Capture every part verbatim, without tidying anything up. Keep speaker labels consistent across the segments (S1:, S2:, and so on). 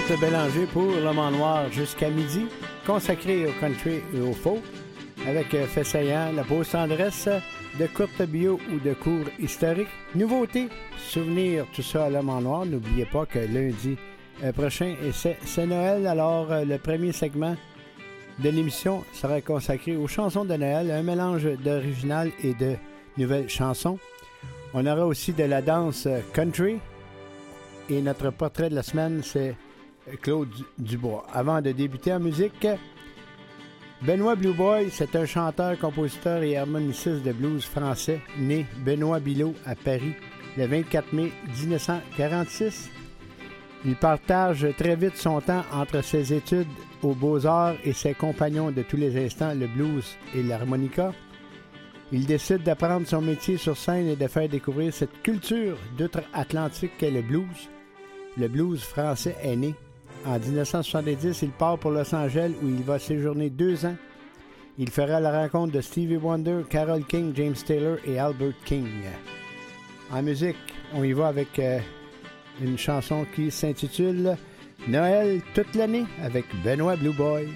S1: Kurt Bélanger pour Le Mans Noir jusqu'à midi, consacré au country et au folk, avec fait saillant la pause tendresse de courte bio ou de cours historiques. Nouveauté, souvenir, tout ça à Le Mans Noir. N'oubliez pas que lundi prochain, c'est, c'est Noël, alors le premier segment de l'émission sera consacré aux chansons de Noël, un mélange d'original et de nouvelles chansons. On aura aussi de la danse country. Et notre portrait de la semaine, c'est Claude Dubois. Avant de débuter en musique, Benoît Blue Boy, c'est un chanteur, compositeur et harmoniciste de blues français, né Benoît Bilot à Paris le vingt-quatre mai dix-neuf cent quarante-six. Il partage très vite son temps entre ses études aux Beaux-Arts et ses compagnons de tous les instants, le blues et l'harmonica. Il décide d'apprendre son métier sur scène et de faire découvrir cette culture d'outre-Atlantique qu'est le blues. Le blues français est né. En dix-neuf cent soixante-dix, il part pour Los Angeles où il va séjourner deux ans. Il fera la rencontre de Stevie Wonder, Carole King, James Taylor et Albert King. En musique, on y va avec euh, une chanson qui s'intitule « Noël toute l'année » avec Benoît Blue Boy.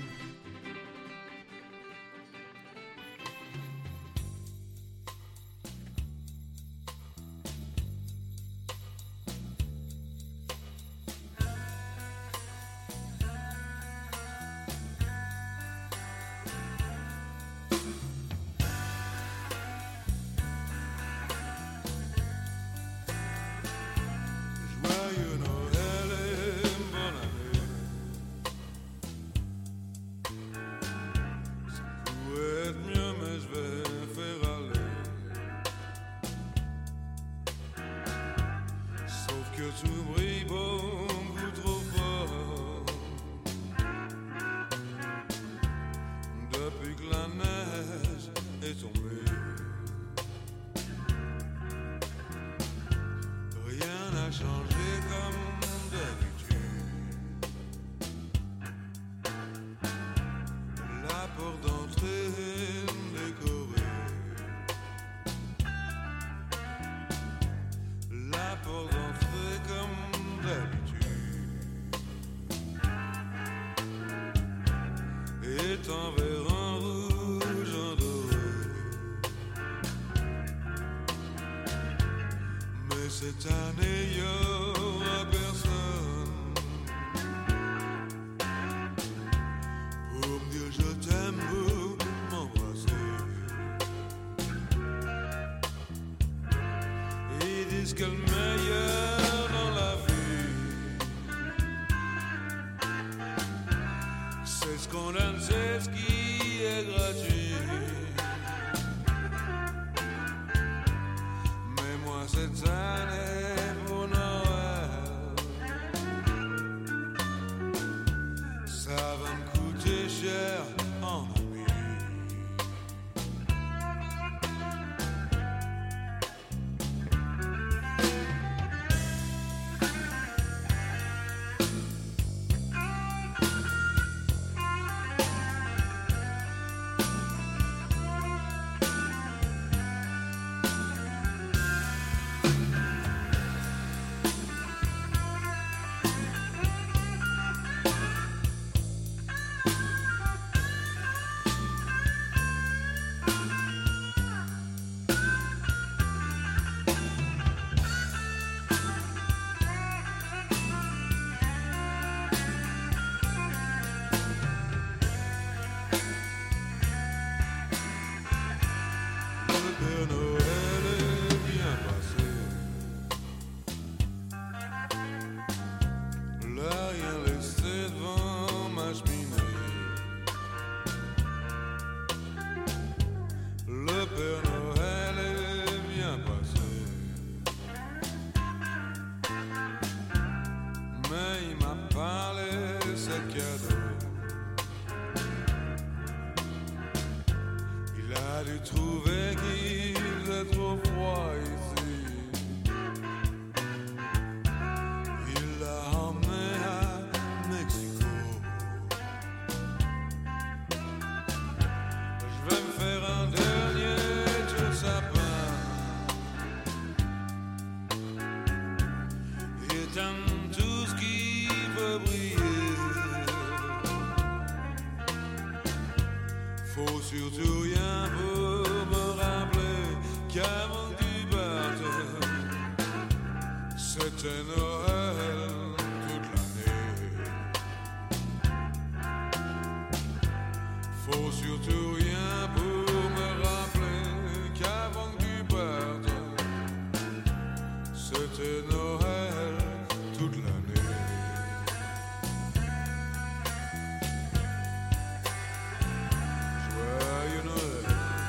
S2: C'était Noël toute l'année. Faut surtout rien pour me rappeler qu'avant que tu partes, c'était Noël toute l'année. Joyeux Noël.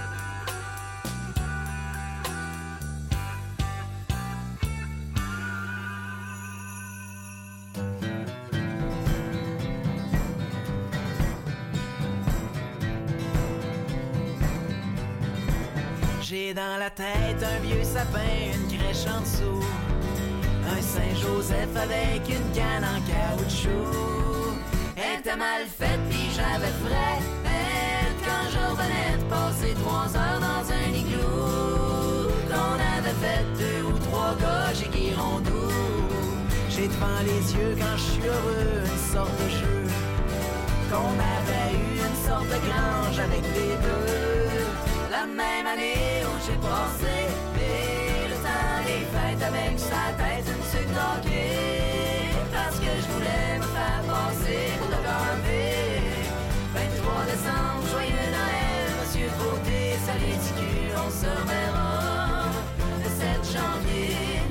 S3: J'ai dans la tête un vieux sapin, une crèche en dessous, un Saint-Joseph avec une canne en caoutchouc. Elle était mal faite pis j'avais frais quand je revenais de passer trois heures dans un igloo. Qu'on avait fait deux ou trois gars chez Guirondou. J'ai devant les yeux quand je suis heureux une sorte de jeu, qu'on avait eu une sorte de grange avec des deux. La même année où j'ai passé et le temps des fêtes avec sa tête une sucre d'hockey, parce que je voulais me faire passer pour le garder. vingt-trois décembre, joyeux Noël, Monsieur Côté, salut T Q, on se reverra le sept janvier.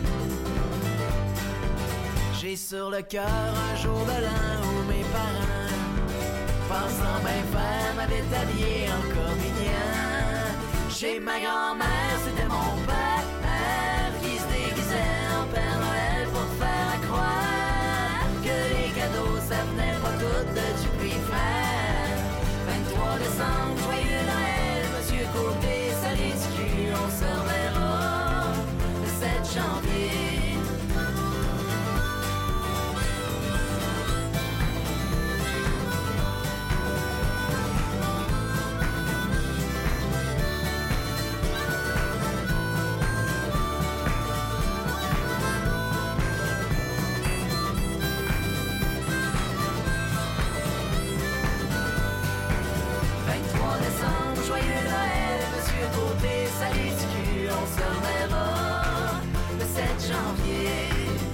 S3: J'ai sur le cœur un jour de l'an où mes parents, pensant bien faire, m'avaient habillé en comédien. Chez ma grand-mère, c'était mon père qui se déguisait en Père Noël pour faire croire que les cadeaux, ça venait pas tout de Dupuis-Frère. vingt-trois décembre, joyeux Noël, Monsieur Côté, salut T Q, on se reverra le sept janvier. Salut T Q, on se reverra le sept janvier.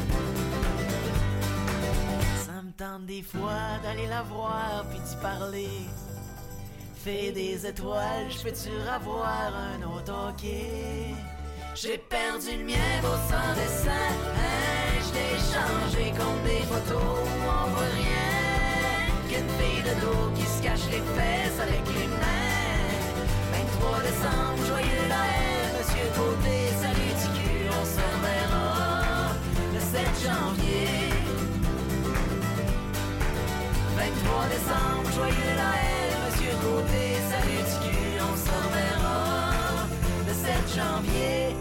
S3: Ça me tente des fois d'aller la voir puis d'y parler. Fais des étoiles, j'peux-tu revoir un autre hockey? J'ai perdu le mien pour sans dessin, hein, j'l'ai changé contre des photos où on voit rien qu'une fille de dos qui se cache les fesses avec les mains. vingt-trois décembre, joyeux Noël, Monsieur Côté, salut T Q, on se reverra le sept janvier. vingt-trois décembre, joyeux Noël, Monsieur Côté, salut T Q, on se reverra le sept janvier.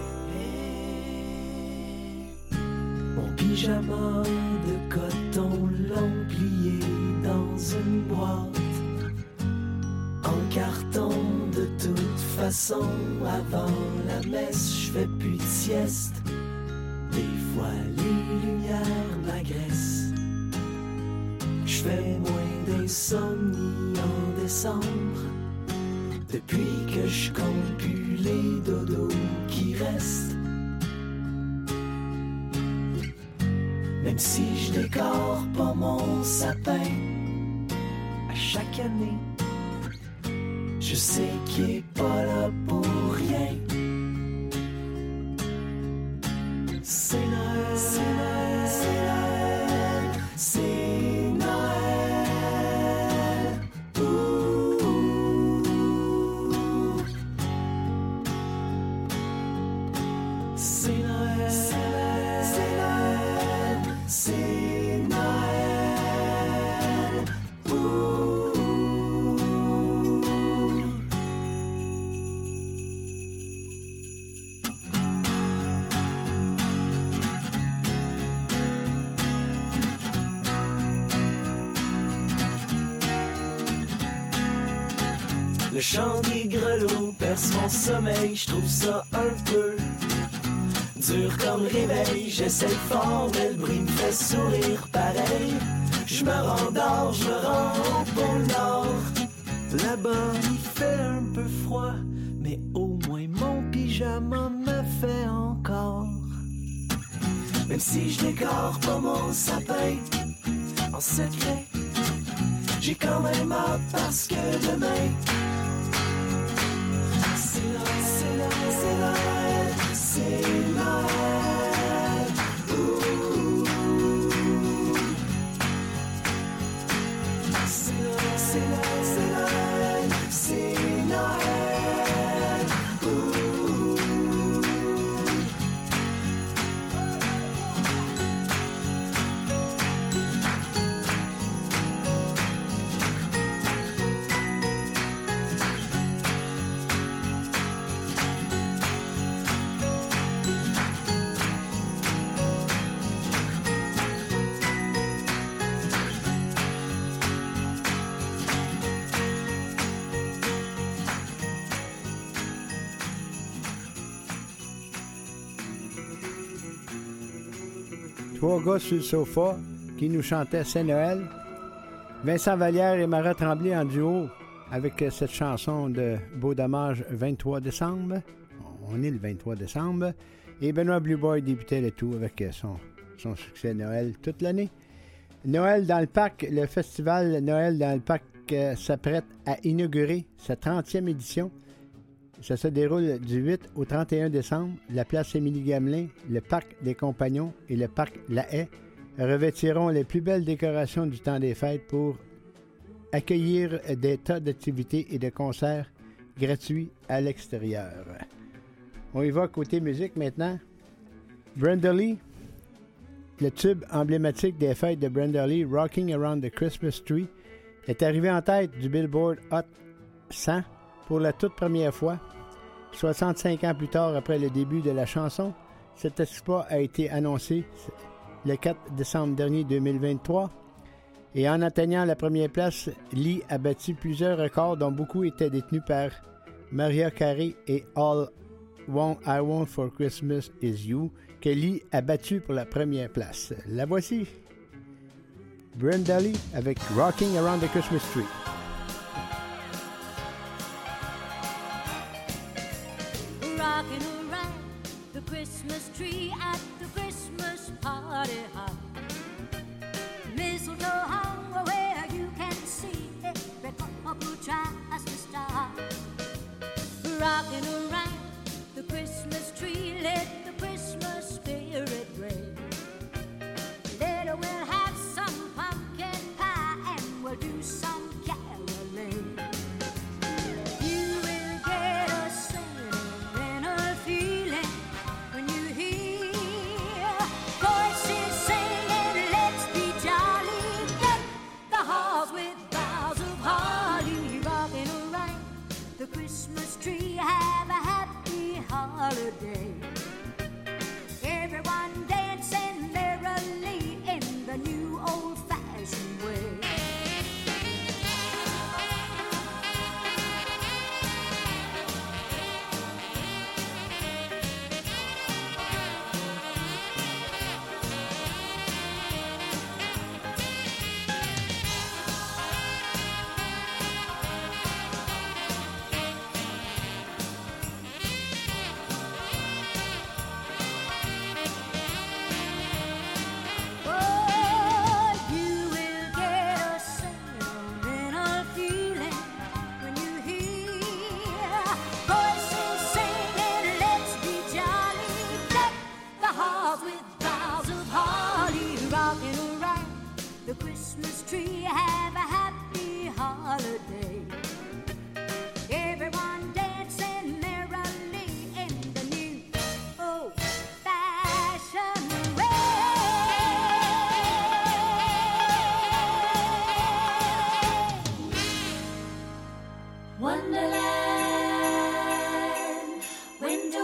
S4: Mon pyjama de coton long plié dans une boîte en carton. De toute façon, avant la messe, je fais plus de sieste. Des fois, les lumières m'agressent. Je fais moins d'insomnie en décembre. Depuis que je compte plus les dodos qui restent. Même si je décore pas mon sapin à chaque année, je sais qu'il est pas là pour rien. C'est Noël, c'est Noël, c'est Noël, c'est Noël. Ouh, ouh. C'est Noël, c'est Noël, c'est Noël, c'est Noël. Ouh. Le chant des grelots perce mon sommeil, je trouve ça un peu dur comme réveil. J'essaie fort, mais le bruit me fait sourire pareil. Je me rendors, je me rends au pôle Nord. Là-bas, il fait un peu froid, mais au moins mon pyjama me fait encore même si je décore pas mon sapin en secret. J'ai quand même hâte parce que demain, c'est Noël, c'est Noël, c'est Noël, c'est Noël. Ouh. C'est Noël, c'est Noël, c'est Noël, c'est Noël. Ouh.
S1: Trois gars sur le sofa qui nous chantaient C'est Noël. Vincent Vallière et Marat Tremblay en duo avec cette chanson de Beau Dommage vingt-trois décembre. On est le vingt-trois décembre. Et Benoît Blueboy débutait le tout avec son, son succès Noël toute l'année. Noël dans le parc, le festival Noël dans le parc euh, s'apprête à inaugurer sa trentième édition. Ça se déroule du huit au trente et un décembre. La place Émilie-Gamelin, le parc des Compagnons et le parc La Haye revêtiront les plus belles décorations du temps des fêtes pour accueillir des tas d'activités et de concerts gratuits à l'extérieur. On y va côté musique maintenant. Brenda Lee, le tube emblématique des fêtes de Brenda Lee, Rocking Around the Christmas Tree, est arrivé en tête du Billboard Hot cent pour la toute première fois. soixante-cinq ans plus tard après le début de la chanson, cet exploit a été annoncé le quatre décembre dernier deux mille vingt-trois. Et en atteignant la première place, Lee a battu plusieurs records dont beaucoup étaient détenus par Mariah Carey et All I Want for Christmas Is You, que Lee a battu pour la première place. La voici, Brenda Lee avec Rocking Around the Christmas Tree.
S5: Rocking around the Christmas tree at the Christmas party hop. Mistletoe hung where you can see every couple tries to stop. Rocking around the Christmas tree, let the Christmas spirit reign. Later we'll have some pumpkin pie and we'll do some caroling. You will get a sentimental feeling when you hear voices singing, let's be jolly. Deck the halls with boughs of holly. Rocking around the Christmas tree, have a happy holiday. Everyone dancing merrily in the new old-fashioned way. The Christmas tree, have a happy holiday. Everyone dancing merrily in the new old-fashioned way. Wonderland, winter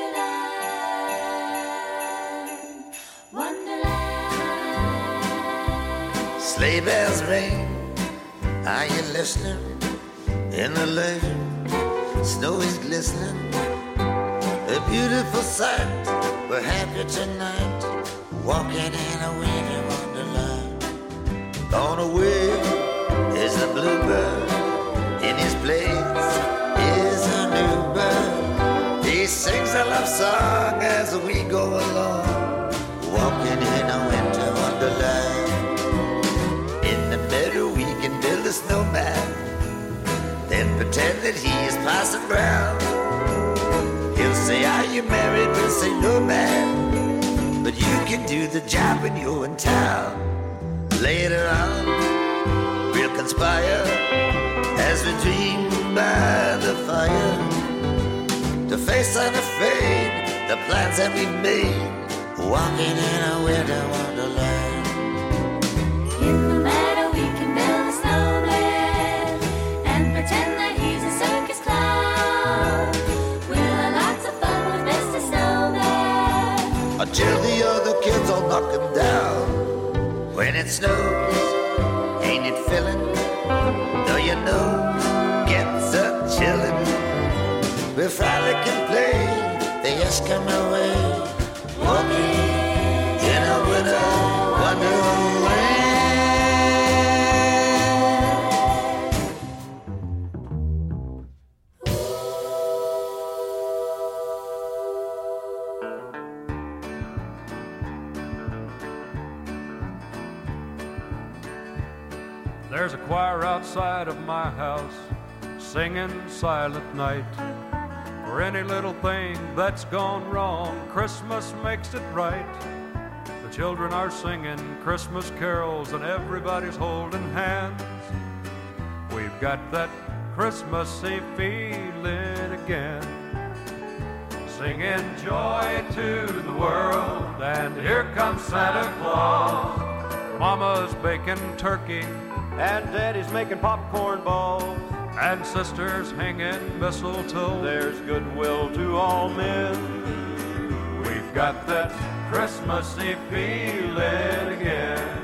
S5: wonderland, wonderland.
S6: Sleigh bells ring, are you listening? In the lane, snow is glistening. A beautiful sight, we're happy tonight, walking in a winter wonderland. Gone away is the bluebird, in his place is a new bird. He sings a love song as we go along, walking a winter wonderland. In the meadow we can build a snowman, then pretend that he is Parson Brown. He'll say, are you married? We'll say, no man, but you can do the job when you're in town. Later on, we'll conspire as we dream by the fire to face unafraid the plans that we've made, walking in a winter wonderland.
S5: In the meadow we can build a snowman and pretend that he's a circus clown. We'll have lots of fun with Mister Snowman
S6: Until the other kids all knock him down. When it snows, ain't it filling? Though your nose gets a chillin', we'll frolic and play the Eskimo way, walking in a winter wonderland.
S7: There's a choir outside of my house singing Silent Night. For any little thing that's gone wrong, Christmas makes it right. The children are singing Christmas carols and everybody's holding hands. We've got that Christmassy feeling again. Singing joy to the world, and here comes Santa Claus. Mama's baking turkey,
S8: and Daddy's making popcorn balls,
S7: and sisters hanging mistletoe.
S8: There's goodwill to all men.
S7: We've got that Christmassy feeling again.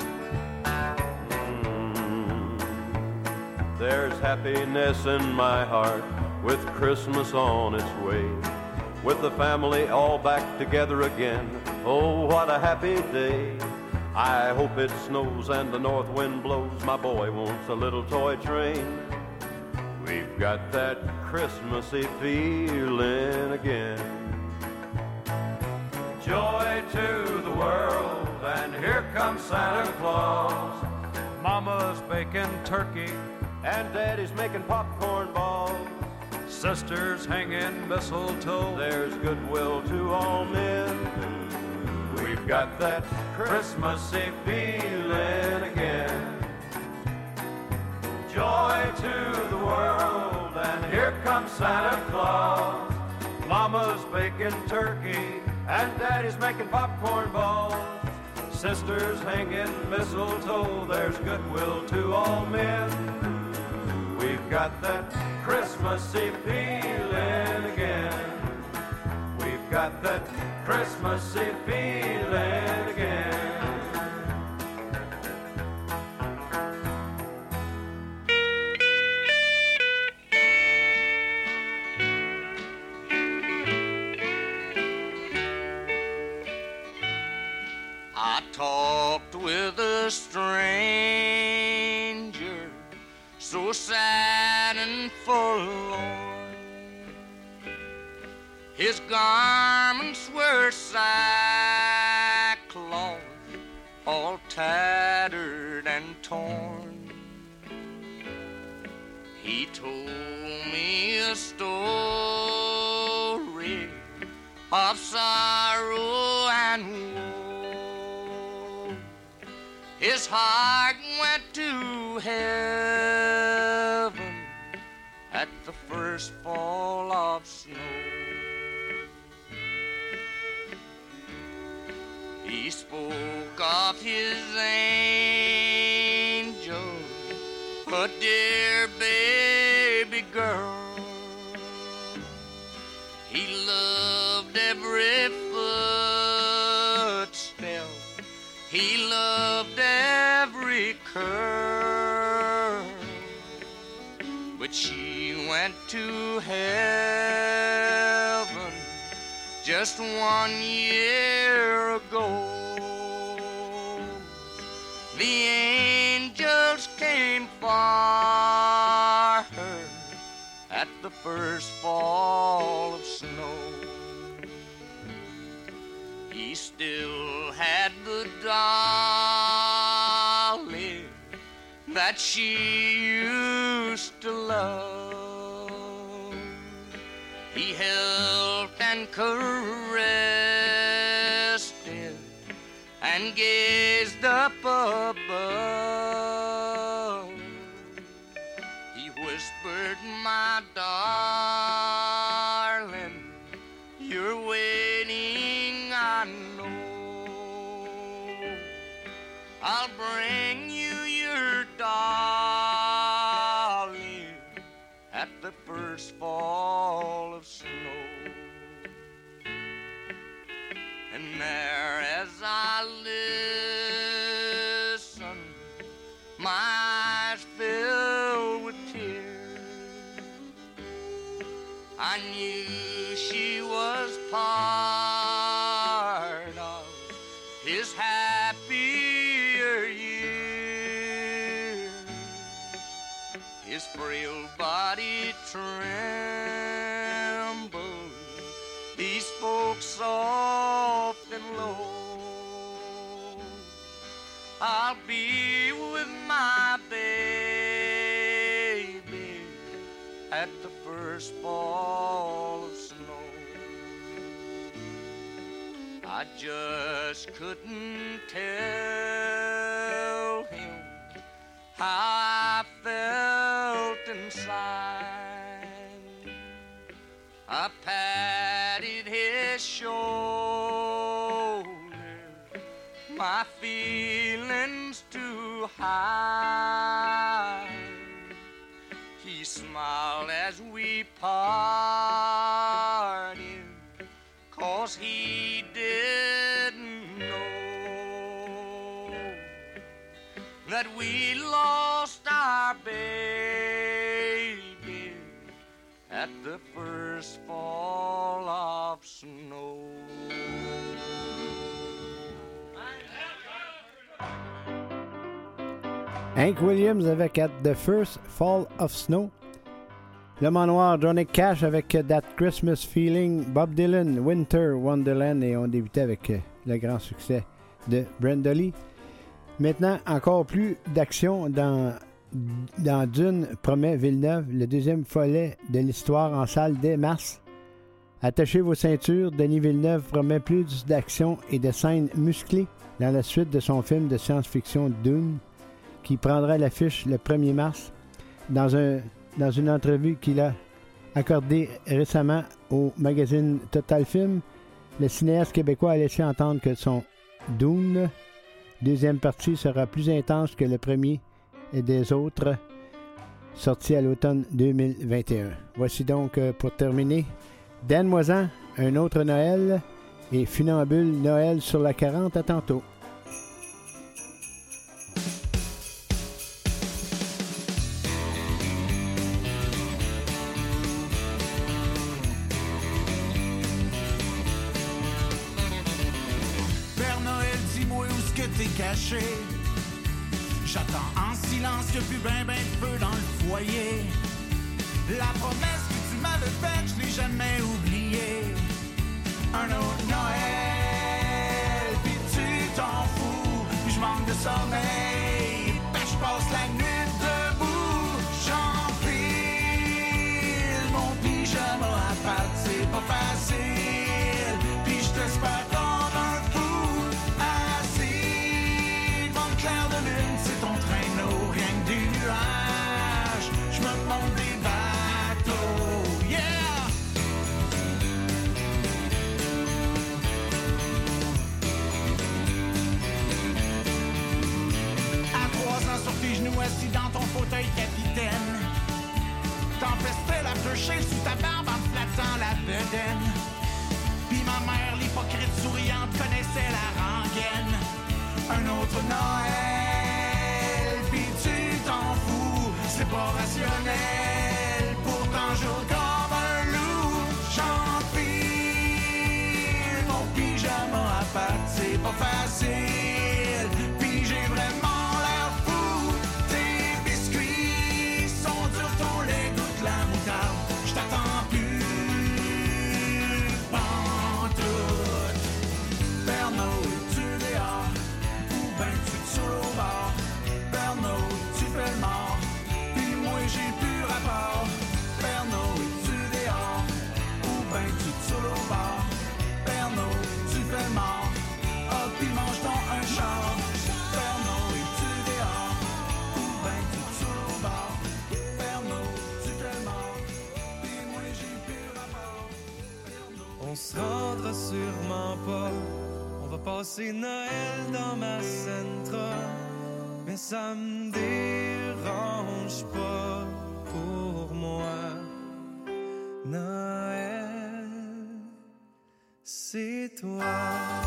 S8: Mm. There's happiness in my heart with Christmas on its way, with the family all back together again. Oh, what a happy day. I hope it snows and the north wind blows. My boy wants a little toy train. We've got that Christmassy feeling again.
S7: Joy to the world, and here comes Santa Claus. Mama's baking turkey,
S8: and Daddy's making popcorn balls.
S7: Sisters hanging mistletoe.
S8: There's goodwill to all men.
S7: We've got that Christmassy feeling again. Joy to the world, and here comes Santa Claus. Mama's baking turkey,
S8: and Daddy's making popcorn balls.
S7: Sisters hanging mistletoe. There's goodwill to all men. We've got that Christmassy feeling again. We've got that Christmassy feeling again.
S9: I talked with a stranger, so sad and forlorn. His garments were sackcloth, all tattered and torn. He told me a story of sorrow and woe. His heart went to heaven at the first fall of snow. He spoke of his angel, a dear baby girl. He loved every footstep, he loved every curl. But she went to heaven just one year ago. The angels came for her at the first fall of snow. he still had the dolly that she used to love. He helped and caressed it and gazed up above. He whispered, my darling, you're waiting, I know. I'll bring you your dolly at the first fall of snow. And there as I listen, my eyes fill with tears. I knew she was part of his happier years. His frail body trembled, he spoke soft and low. I'll be with my baby at the first fall of snow. I just couldn't tell him how I felt inside. I patted his shoulder, my feelings to hide. He smiled as we parted, 'cause he didn't know that we lost our baby at the first fall of snow.
S1: Hank Williams avec At the First Fall of Snow. Le Manoir, Johnny Cash avec That Christmas Feeling. Bob Dylan, Winter Wonderland. Et on débutait avec le grand succès de Brenda Lee. Maintenant, encore plus d'action dans, dans Dune, promet Villeneuve, le deuxième volet de l'histoire en salle dès mars. Attachez vos ceintures, Denis Villeneuve promet plus d'action et de scènes musclées dans la suite de son film de science-fiction Dune, qui prendra l'affiche le premier mars. Dans, un, dans une entrevue qu'il a accordée récemment au magazine Total Film, le cinéaste québécois a laissé entendre que son Dune, deuxième partie, sera plus intense que le premier et des autres, sortis à l'automne deux mille vingt et un. Voici donc, pour terminer, Dan Moisan, Un autre Noël, et Funambule, Noël sur la quarante. À tantôt.
S10: Père Noël, dis-moi où est-ce que t'es caché. J'attends en silence qu'il n'y a plus ben ben de feu dans le foyer. La promesse que tu m'avais faite, je l'ai jamais oubliée. Un autre Noël, pis tu t'en fous, puis je manque de sommeil, ben je passe la nuit debout. J'enfile mon pyjama à part, c'est pas facile, puis je t'espère comme un fou. Assis devant le clair de lune, c'est ton traîneau, rien que du nuage, je me monte des bateaux, yeah! Sur tes genoux assis dans ton fauteuil capitaine, t'empestais l'aftershave sous ta barbe en te flattant la bedaine. Puis ma mère, l'hypocrite souriante, connaissait la rengaine. Un autre Noël, puis tu t'en fous, c'est pas rationnel. Pourtant je roule comme un loup, j'enfile mon pyjama à pattes, c'est pas facile. Puis j'ai vraiment
S11: passer Noël dans ma Sentra, mais ça me dérange pas pour moi. Noël, c'est toi.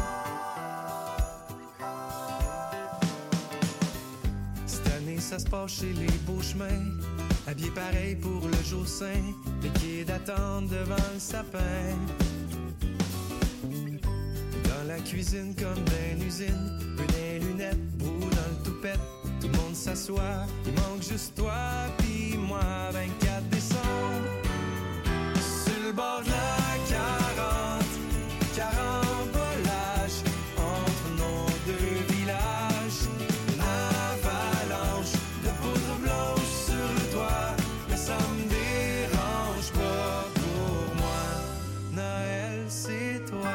S11: Cette année, ça se passe chez les beaux chemins, habillé pareil pour le jour saint, les quais d'attente devant le sapin. Dans la cuisine comme dans une usine, peu des lunettes, brou dans le toupette. Tout le monde s'assoit, il manque juste toi pis moi. Vingt-quatre décembre, sur le bord de la quarante, carambolage entre nos deux villages. Une avalanche de poudre blanche sur le toit, mais ça me dérange pas pour moi. Noël, c'est toi.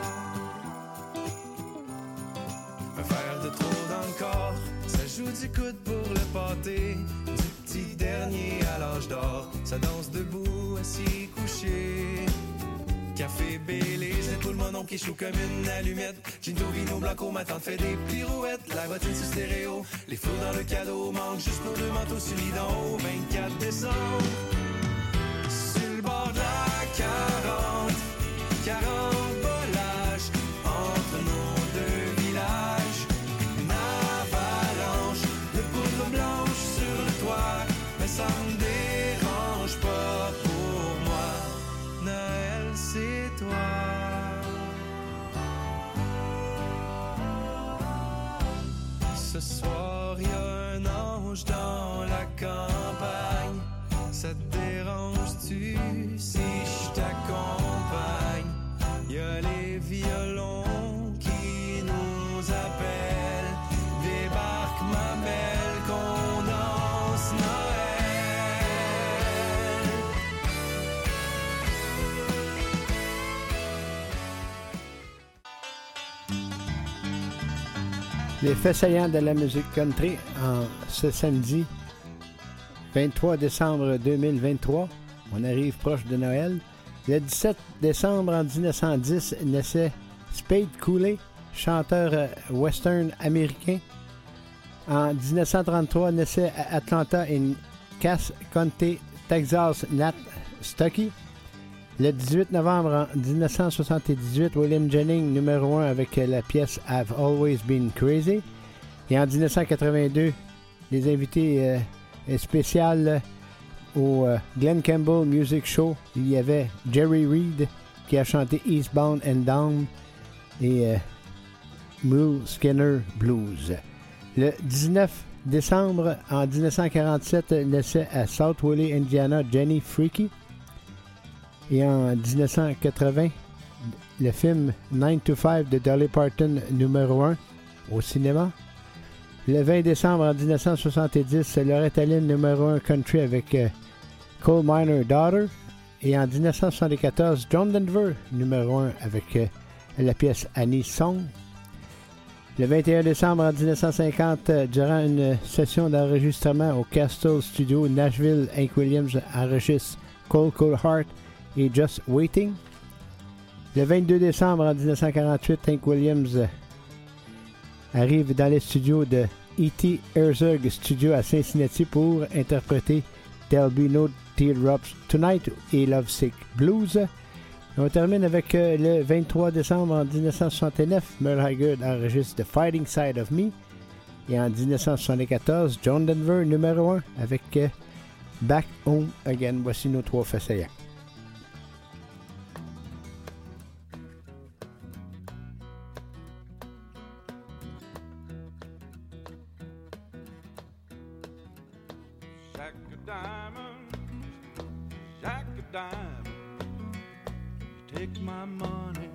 S11: Un verre de trop dans le corps, ça joue du coude pour le pâté. Du petit dernier à l'âge d'or, ça danse debout, assis, couché. Café Baileys, j'ai tout le monde qui chaud comme une allumette. Ginto, vino, blanco, ma tante fait des pirouettes. La bottine sur stéréo, les flots dans le cadeau. Manque juste nos deux manteaux sur lit d'en haut. Vingt-quatre décembre, sur le bord de la quarante, carambolage entre nos deux villages. Une avalanche de poudre blanche sur le toit, mais ça me dérange pas pour moi. Noël, c'est toi. Ce soir, y a un ange dans la campagne. Ça te dérange-tu si je t'accompagne? Y a les violons qui nous appellent. Débarque ma belle, qu'on danse Noël.
S1: Les faits saillants de la musique country en ce samedi vingt-trois décembre deux mille vingt-trois. On arrive proche de Noël. Le dix-sept décembre en dix-neuf cent dix naissait Spade Cooley, chanteur western américain. En dix-neuf cent trente-trois naissait à Atlanta in Cass County, Texas, Nat Stuckey. Le dix-huit novembre en dix-neuf cent soixante-dix-huit, William Jennings, numéro un avec la pièce I've Always Been Crazy. Et en dix-neuf cent quatre-vingt-deux, les invités euh, spéciales au euh, Glen Campbell Music Show, il y avait Jerry Reed qui a chanté Eastbound and Down et euh, Mule Skinner Blues. Le dix-neuf décembre en dix-neuf cent quarante-sept naissait à South Willie, Indiana, Jenny Freaky. Et en dix-neuf cent quatre-vingts, le film nine to five de Dolly Parton, numéro un au cinéma. Le vingt décembre en dix-neuf cent soixante-dix, Loretta Lynn, numéro un country avec euh, Coal Miner Daughter. Et en dix-neuf cent soixante-quatorze, John Denver, numéro un avec euh, la pièce Annie's Song. Le vingt et un décembre en dix-neuf cent cinquante, euh, durant une session d'enregistrement au Castle Studio Nashville, Hank Williams enregistre Cold Cold Heart et Just Waiting. Le vingt-deux décembre en dix-neuf cent quarante-huit, Hank Williams arrive dans les studios de E T Herzog Studio à Cincinnati pour interpréter There'll Be No Teardrops Tonight et Lovesick Blues. Et on termine avec euh, le vingt-trois décembre en dix-neuf cent soixante-neuf, Merle Haggard enregistre The Fighting Side of Me. Et en dix-neuf cent soixante-quatorze, John Denver, numéro un avec euh, Back Home Again. Voici nos trois faits saillants.
S2: Jack of diamonds, Jack of diamonds, you take my money.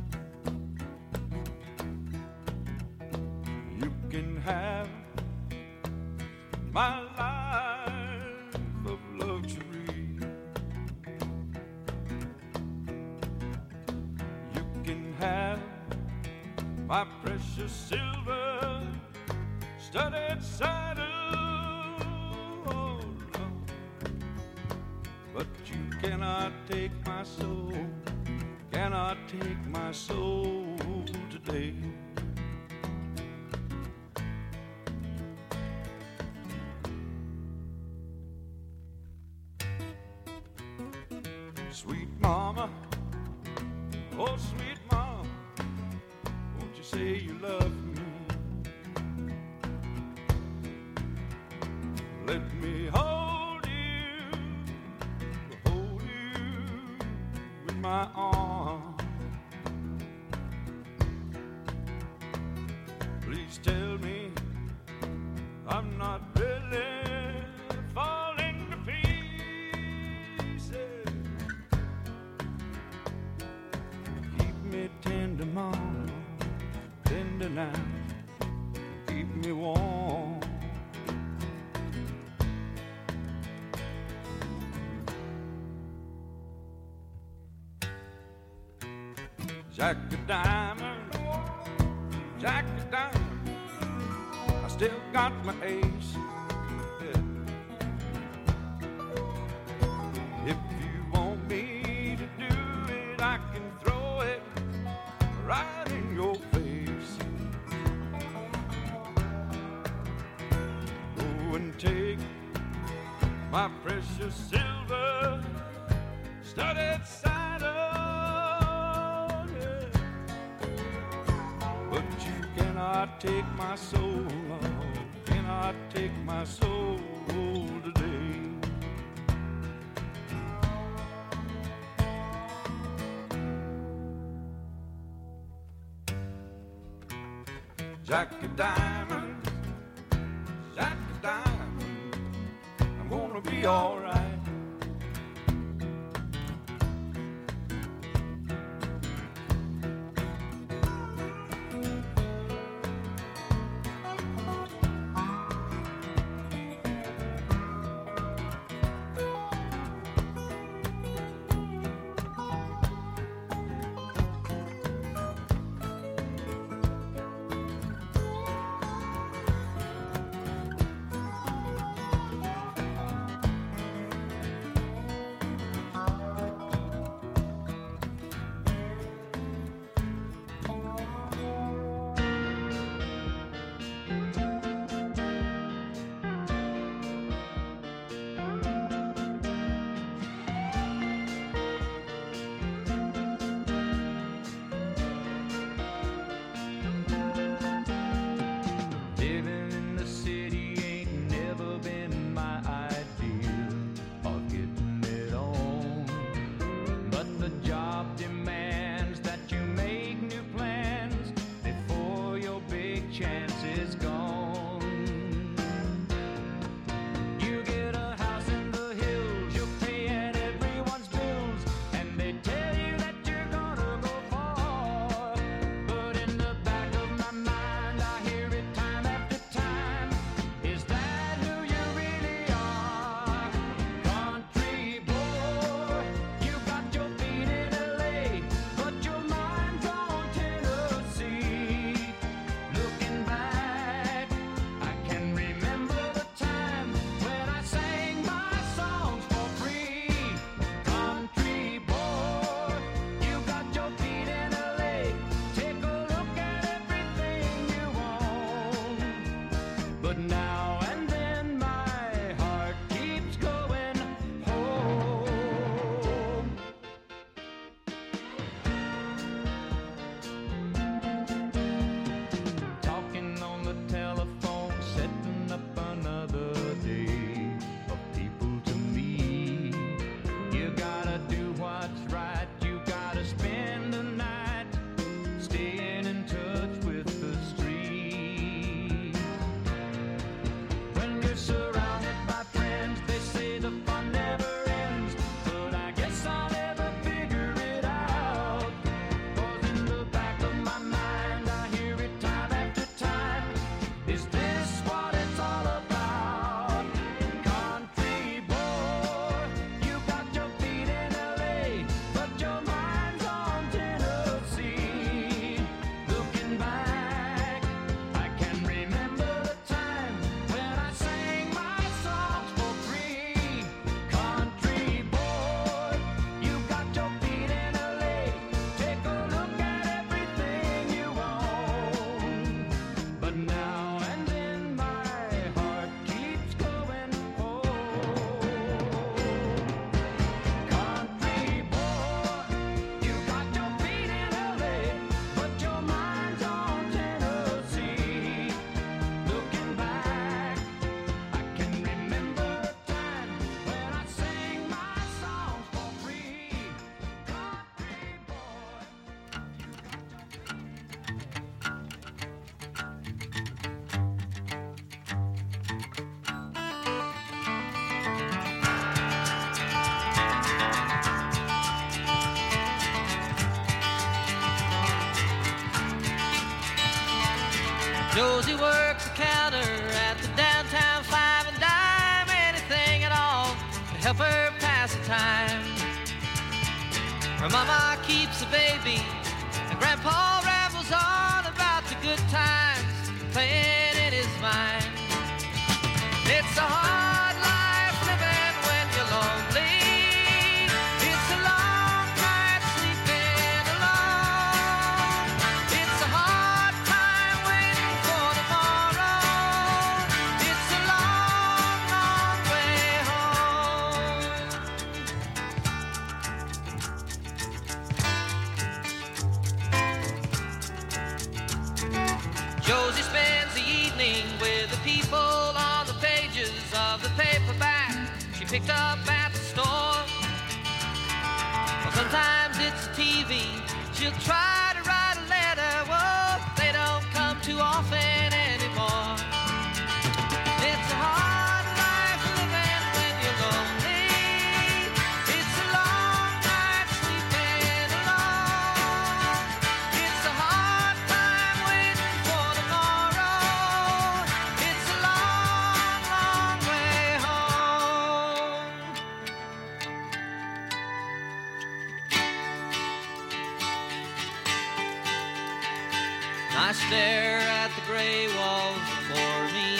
S2: You can have my life of luxury. You can have my precious silver studded saddle. But you cannot take my soul, cannot take my soul today.
S7: Sweet mama, oh sweet mama, won't you say you love me? Let me hold you, hold you in my arms. Please tell me I'm not really falling to pieces. Keep me tender, mama, tender now, keep me warm. Jack a diamond, Jack a diamond, I still got my ace. Yeah. If you want me to do it, I can throw it right in your face. Go and take my precious silver studded saddle. Cannot take my soul, Lord, cannot take my soul today. Jack a diamond, Jack a diamond, I'm gonna be alright.
S12: Josie works the counter at the downtown Five and Dime, anything at all to help her pass the time. Her mama keeps a baby, and Grandpa rambles on about the good times playing in his mind. It's a hard life living when you're lonely. It's a long night sleeping alone. It's a hard time waiting for tomorrow. It's a long, long way home. Josie spends the evening with the people on the pages of the paperback she picked up at the store. Well, sometimes it's a T V. She'll try to write a letter. Whoa, they don't come too often anymore. It's a hard life living when you're lonely. It's a long night sleeping alone. It's a hard time waiting for tomorrow. It's a long, long way home. I stare at the gray walls before me.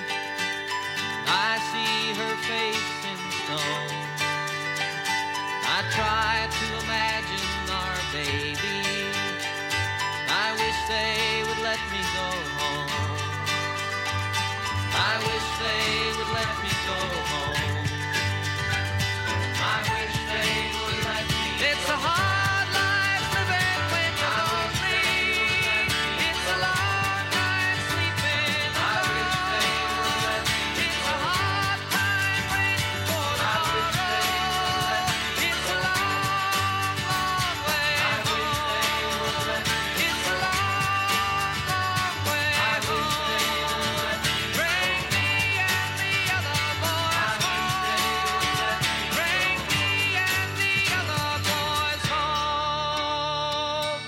S12: I see her face in stone. I try to imagine our baby. I wish they would let me go home. I wish they would let me go home. I wish they would let me go home. It's a hard life living when you're lonely. It's a long night sleeping alone. It's a hard time waiting for tomorrow. It's a long, long way home. It's a long, long way home. Bring me and the other boys home. Bring me and the other boys home.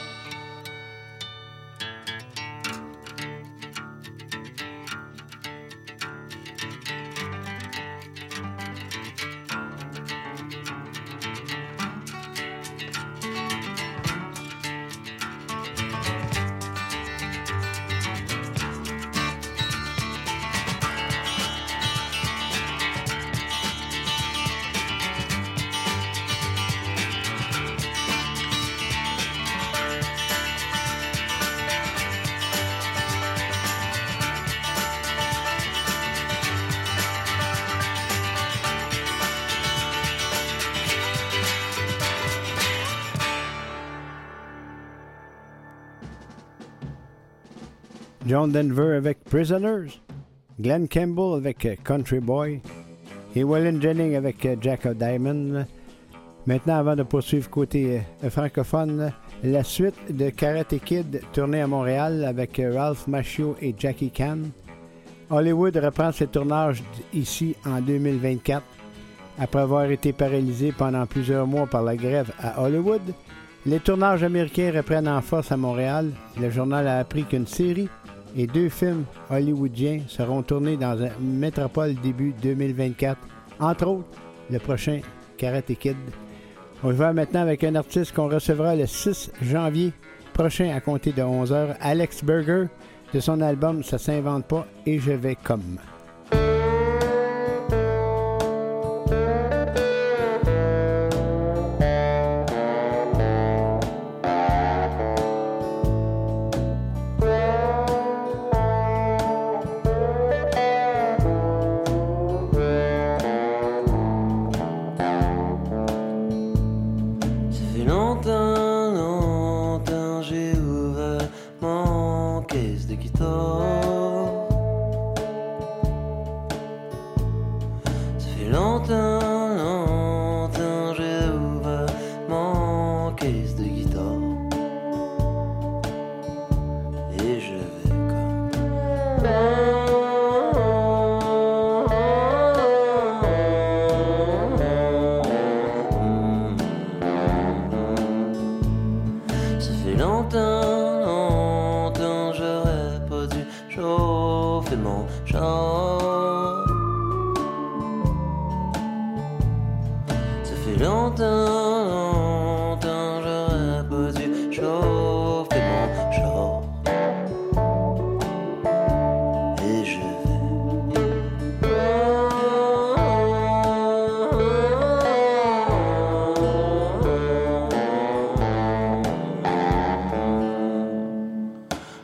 S1: John Denver avec Prisoners, Glenn Campbell avec euh, Country Boy et Waylon Jennings avec euh, Jack of Diamond. Maintenant, avant de poursuivre côté euh, francophone, la suite de Karate Kid tournée à Montréal avec euh, Ralph Macchio et Jackie Chan. Hollywood reprend ses tournages ici en deux mille vingt-quatre. Après avoir été paralysé pendant plusieurs mois par la grève à Hollywood, les tournages américains reprennent en force à Montréal. Le journal a appris qu'une série et deux films hollywoodiens seront tournés dans une métropole début deux mille vingt-quatre, entre autres le prochain Karate Kid. On va maintenant avec un artiste qu'on recevra le six janvier prochain à compter de onze heures, Alex Berger, de son album Ça s'invente pas et je vais comme.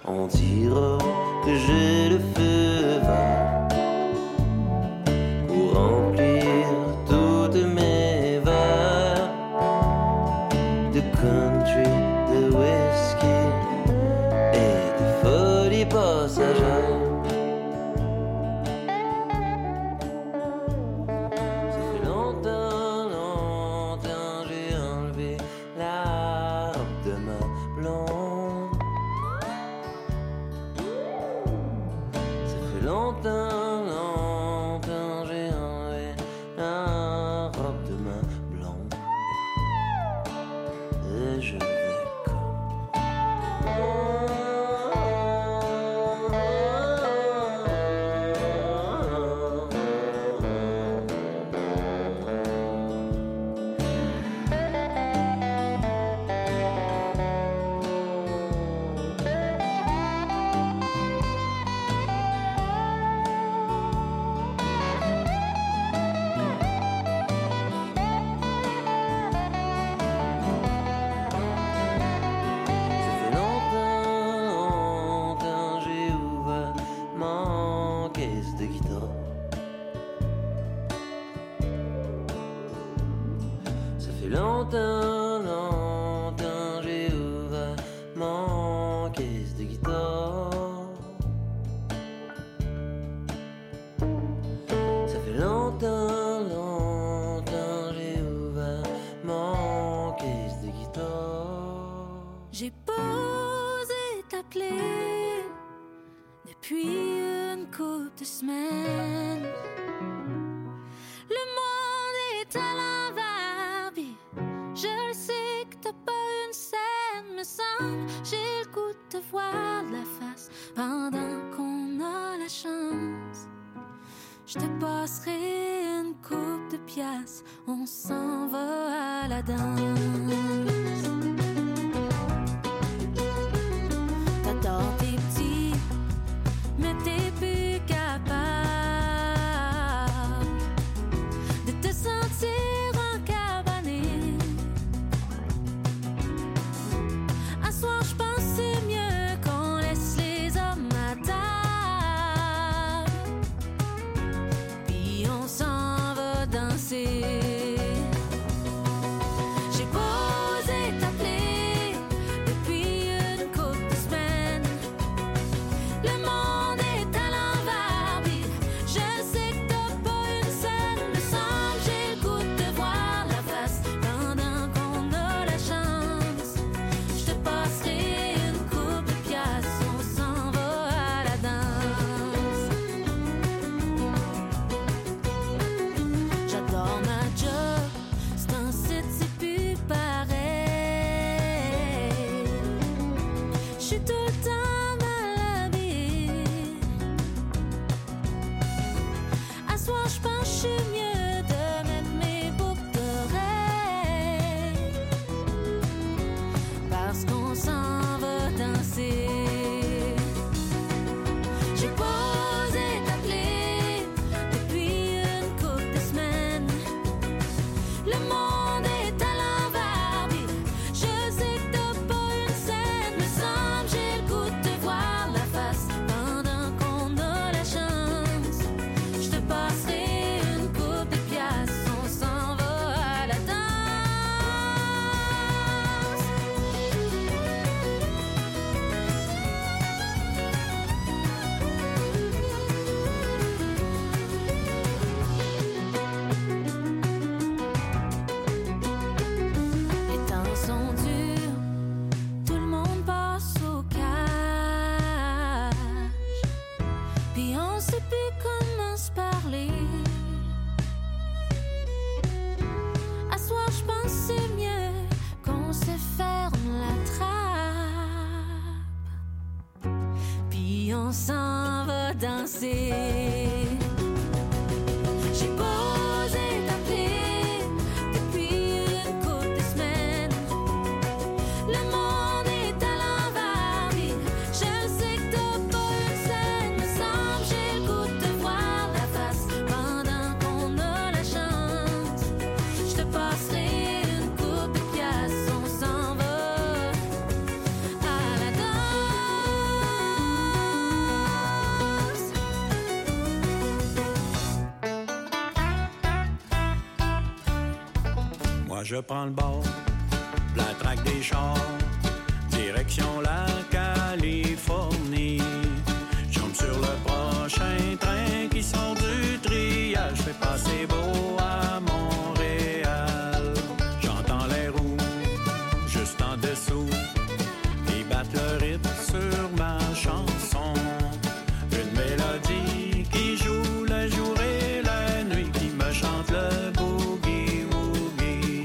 S13: On dira que j'ai le feu vert pour remplir toutes mes verres de country, de whisky et de folie passagère. Ça fait longtemps, longtemps j'ai enlevé la robe de ma blonde. Ça fait longtemps, longtemps j'ai enlevé la robe de ma blonde. Et je vais comme ça fait longtemps, longtemps j'ai ouvert mon caisse de guitare. Ça fait longtemps, longtemps j'ai ouvert mon caisse de guitare. Ça fait longtemps, longtemps j'ai ouvert mon caisse de guitare.
S5: J'ai posé t'appeler depuis une couple de semaines. Le monde est à l'envers, puis je le sais que t'as pas une scène. Me semble j'ai le goût de te voir de la face pendant qu'on a la chance. Je te passerai une coupe de pièces, on s'en va à la danse. T'adores tes petits, mais t'es plus capable de te sentir encabané. À soir, je pense c'est mieux qu'on laisse les hommes à table, puis on s'en va danser. J'ai posé t'appeler depuis une couple de semaines. Le monde est à l'envers, puis je sais que t'as pas une scène. Me semble j'ai le goût de te voir la face pendant qu'on a la chance. Je te passerai une coupe de pièces, on s'en va à la danse. J'adore ma job, c'est un site, c'est plus pareil. Je suis tout le temps mal habillée. À soir, je pense que je suis mieux de mettre mes boucles d'oreilles, parce qu'on s'en va danser. J'ai posé t'appeler depuis une couple de semaines. Le monde est à l'envers, puis je sais que t'as pas une scène. Me semble j'ai le goût de te voir la face pendant qu'on a la chance. Je te passerai une coupe de pièces, on s'en va à la danse. Les temps sont durs, tout le monde passe au cash, puis on sait plus comment se parler. À soir, je pense c'est mieux qu'on se ferme la trappe, puis on s'en va danser. J'ai posé t'appeler depuis une couple de semaines. Le monde est à l'envers, puis je sais que t'as pas une scène. Me semble j'ai le goût de te voir la face pendant qu'on a la chance. Je te passerai une coupe de pièces, on s'en va à la danse.
S14: je prends le bord, la traque des chars, direction la Californie. Jump sur le prochain train qui sort du triage, fais passer beau à Montréal. J'entends les roues juste en dessous, ils battent le rythme sur ma chanson. Une mélodie qui joue le jour et la nuit, qui me chante le boogie-woogie.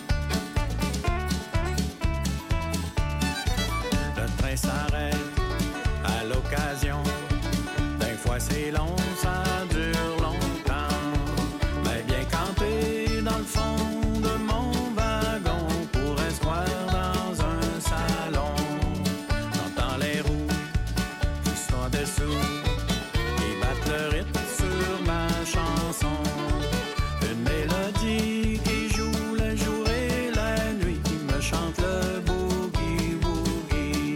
S14: Le train s'arrête à l'occasion, des fois c'est long, ça dure longtemps. Mais bien campé dans le fond de mon wagon, pourrait se croire dans un salon. J'entends les roues juste en dessous, ils battent le rythme sur ma chanson. Une mélodie qui joue le jour et la nuit, qui me chante le boogie-woogie.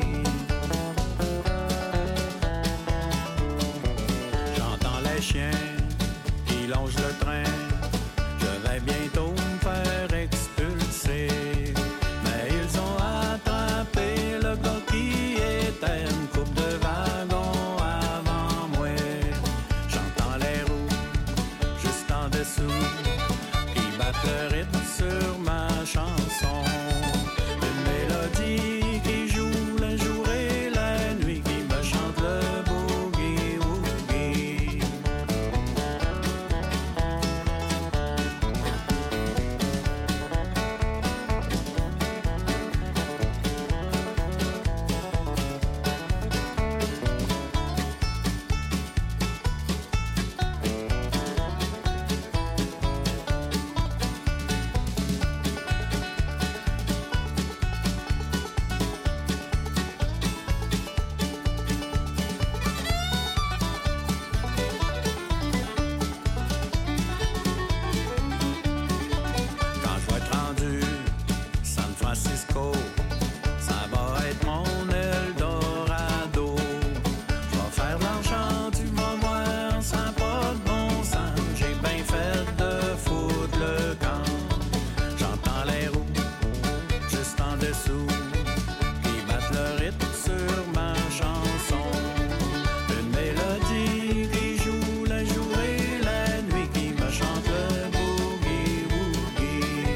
S14: J'entends les chiens qui longent le train, je vais bientôt me faire expulser. Mais ils ont attrapé le gars qui était une coupe de wagon avant moi. J'entends les roues juste en dessous, qui battent le rythme sur ma chanson. Une mélodie qui joue le jour et la nuit, qui me chante le boogie-woogie. Quand je vais être rendu San Francisco, ça va être mon Eldorado. Je vais faire de l'argent, tu vas voir, ça n'a pas de bon sens. J'ai bien fait de foutre le camp. J'entends les roues juste en dessous, qui battent le rythme sur ma chanson. Une mélodie qui joue le jour et la nuit, qui me chante le boogie-woogie.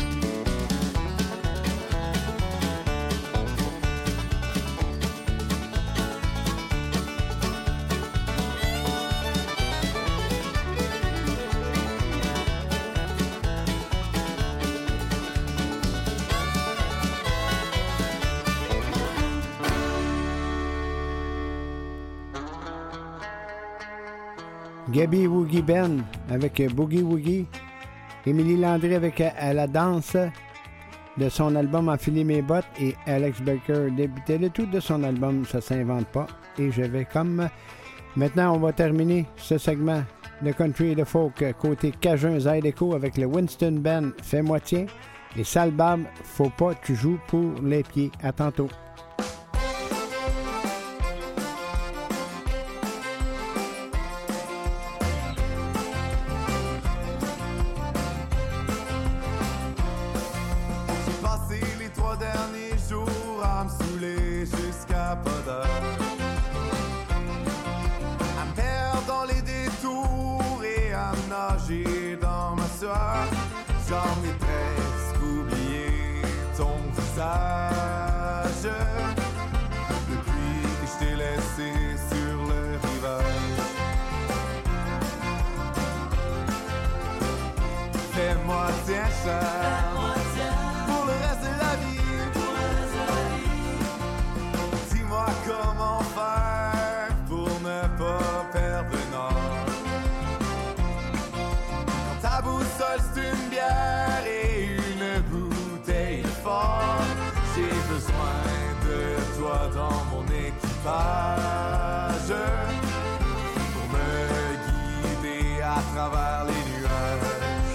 S1: Gaby Woogie Ben avec Boogie Woogie. Émilie Landry avec À la danse de son album Enfiler mes bottes, et Alex Baker débutait le tout de son album Ça s'invente pas. Et je vais comme... Maintenant, on va terminer ce segment de country et de folk côté Cajun Zydeco avec le Winston Ben Fais-moi tien et Sale Barbe Faut pas tu joues pour les pieds. À tantôt.
S15: J'ai passé les trois derniers jours à me saouler jusqu'à pas d'heure, à me perdre dans les détours et à me nager dans ma sueur. J'en ai presque oublié ton visage depuis que je t'ai laissé sur le rivage. Fais-moi tiens cher pour le reste de la vie. Dis-moi comment faire pour ne pas perdre le nord. Quand ta boussole c'est une bière et une bouteille de fort, j'ai besoin de toi dans mon équipage pour me guider à travers les nuages.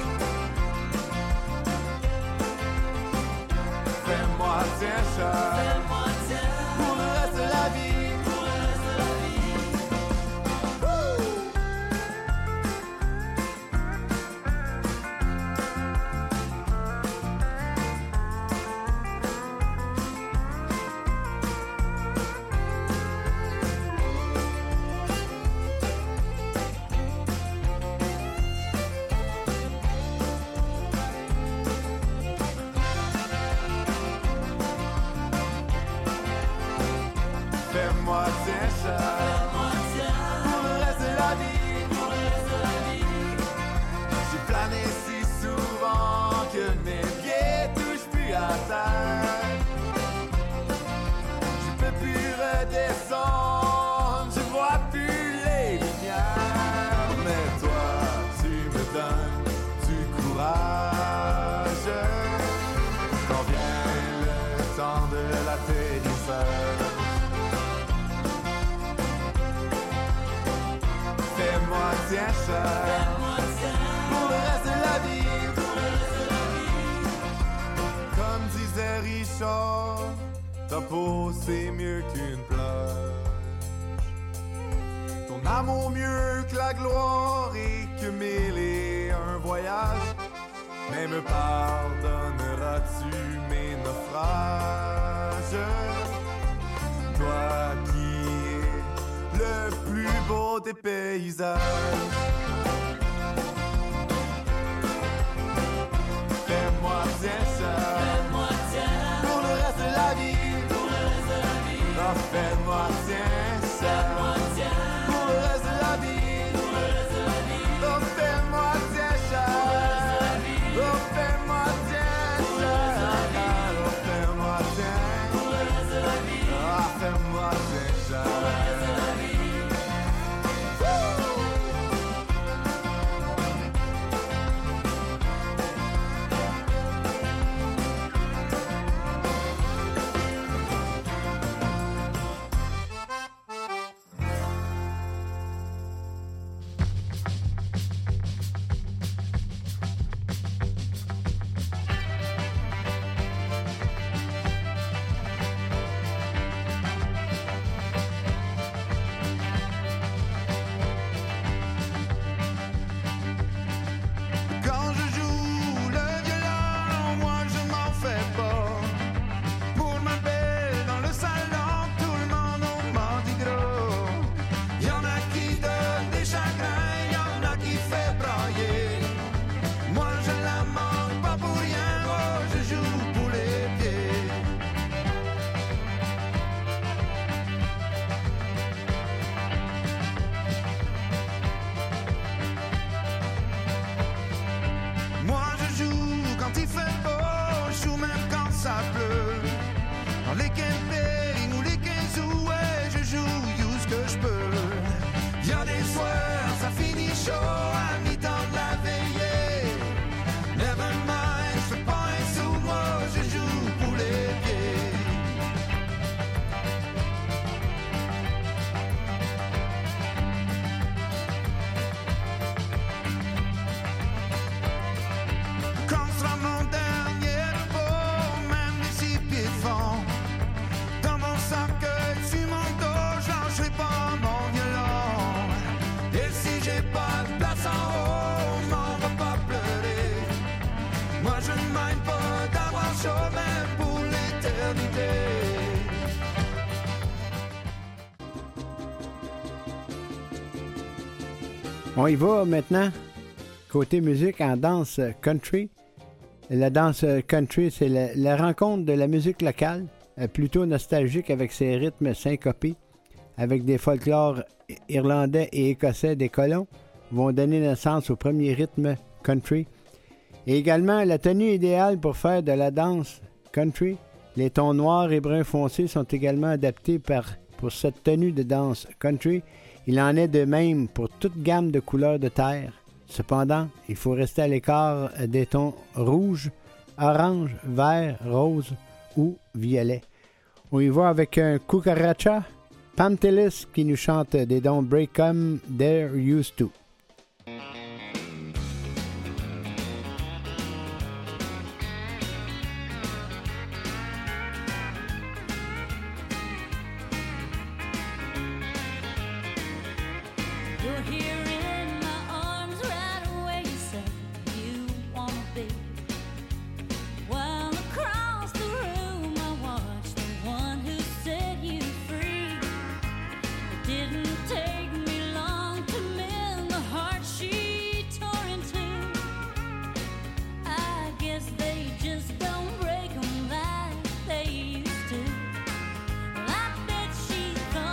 S15: Fais-moi tiens cher pour le reste de la vie. Woo! fais-moi tiens chat, pour le reste de la vie, pour le reste de la vie. J'ai plané si souvent que mes pieds touchent plus à terre. Je peux plus redescendre, je vois plus les lumières. Mais toi, tu me donnes du courage quand vient le temps de l'atterrissage. Fais-moi tiens chat, pour le reste de la vie, pour le reste de la vie. Comme disait Richard, ta peau c'est mieux qu'une plage. Ton amour mieux que la gloire et que mille et un voyages. Mais me pardonneras-tu mes naufrages? Toi qui es le plus beau des paysages. Fais-moi tiens chat, pour le reste de la vie, pour le reste de la vie. Oh, fais-moi tiens chat, pour le reste de la vie, pour le reste de la vie. Oh, fais-moi tiens chat, oh, fais-moi tiens chat, oh, fais-moi tiens, pour le reste de la vie. Oh, fais-moi tiens chat, pour le reste de la vie.
S10: Quand je joue le violon, moi je m'en fais pas. Pour ma belle dans le salon, tout le monde au Mardi Gras. Y'en a qui donnent des chagrins, y'en a qui fait brailler. Moi je la manque pas pour rien, moi je joue pour les pieds. Moi je joue quand il fait beau, je joue même quand ça pleut. Dans les campings ou les quinze août, ouais, je joue où ce que je peux. Y'a des soirs, ça finit chaud à mi-temps de la veillée. Never mind, je fais pas un sou, moi je joue pour les pieds. Quand sera mon dernier repos, même les six pieds de fond. Dans mon cercueil, sur mon dos, je lâcherai pas mon violon. Et si j'ai pas de place en haut, m'en va pas pleurer. Moi je ne mind pas d'avoir chaud, même pour l'éternité.
S1: On y va maintenant. Côté musique en danse country. La danse country, c'est la, la rencontre de la musique locale, euh, plutôt nostalgique avec ses rythmes syncopés, avec des folklores irlandais et écossais des colons, vont donner naissance au premier rythme country. Et également, la tenue idéale pour faire de la danse country. Les tons noirs et bruns foncés sont également adaptés par, pour cette tenue de danse country. Il en est de même pour toute gamme de couleurs de terre. Cependant, il faut rester à l'écart des tons rouge, orange, vert, rose ou violet. On y va avec un cucaracha, Pam Tillis qui nous chante des Don't Break Comme They're Used To.
S5: You're here in my arms right where you said you wanna be. While across the room I watched the one who set you free. It didn't take me long to mend the heart she tore in two. I guess they just don't break 'em like they used to. Well, I bet she thought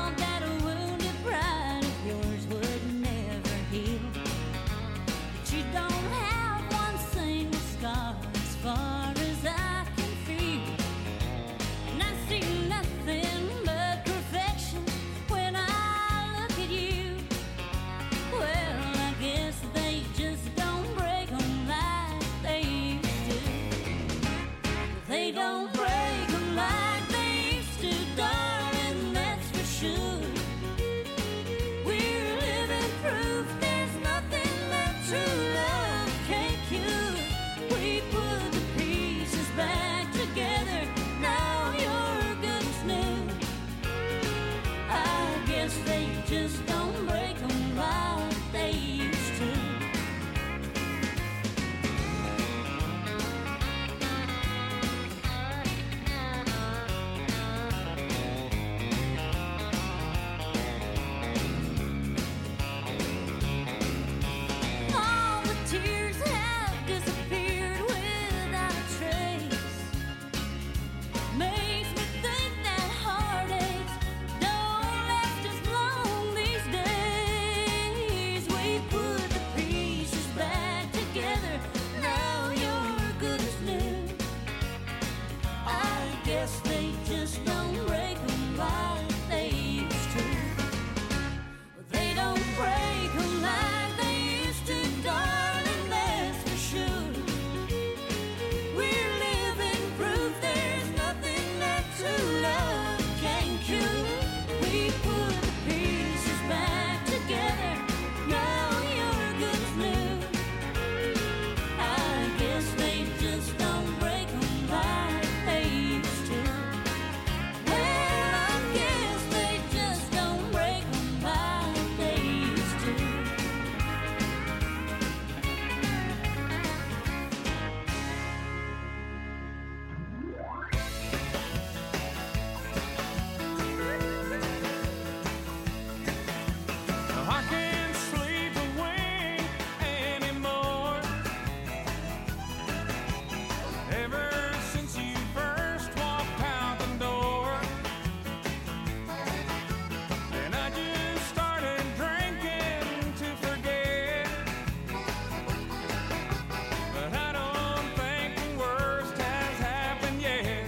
S5: guess they just don't break 'em like they used to. All the tears have disappeared without a trace. Makes me think that heartaches don't last as long these days. We put the pieces back together. Now you're good as new. I guess they just don't break 'em like they used to. They don't break 'em like they used to, darling, that's for sure. We're living proof there's nothing that true love can cure. We put the pieces back together. Now you're good as new. I guess they just don't break 'em like they used to. Well, I guess they just don't break 'em like they used to.
S16: I can't sleep away anymore. Ever since you first walked out the door, and I just started drinking to forget. But I don't think the worst has happened yet.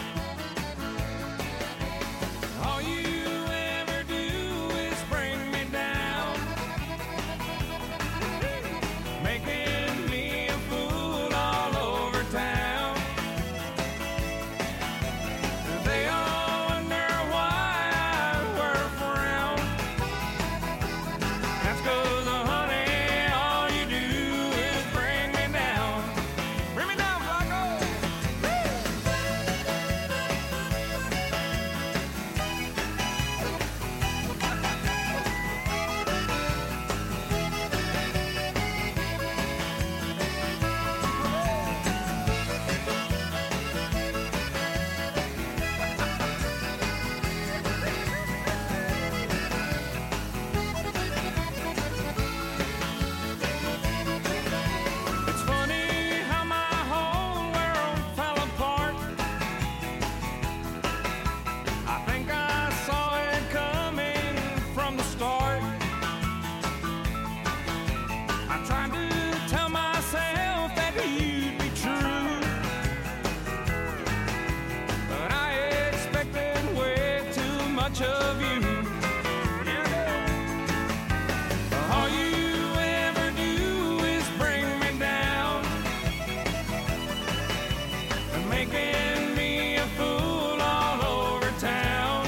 S16: All you ever do is bring me down, making me a fool all over town. They all wonder why I wear a frown. That's 'cause, uh, honey, all you do is bring me down. Bring me down, Flacco! It's funny how my whole world fell apart. I think I saw it coming from the start. I tried to tell myself that you'd be true, but I expected way too much of you. All you ever do is bring me down, making me a fool all over town.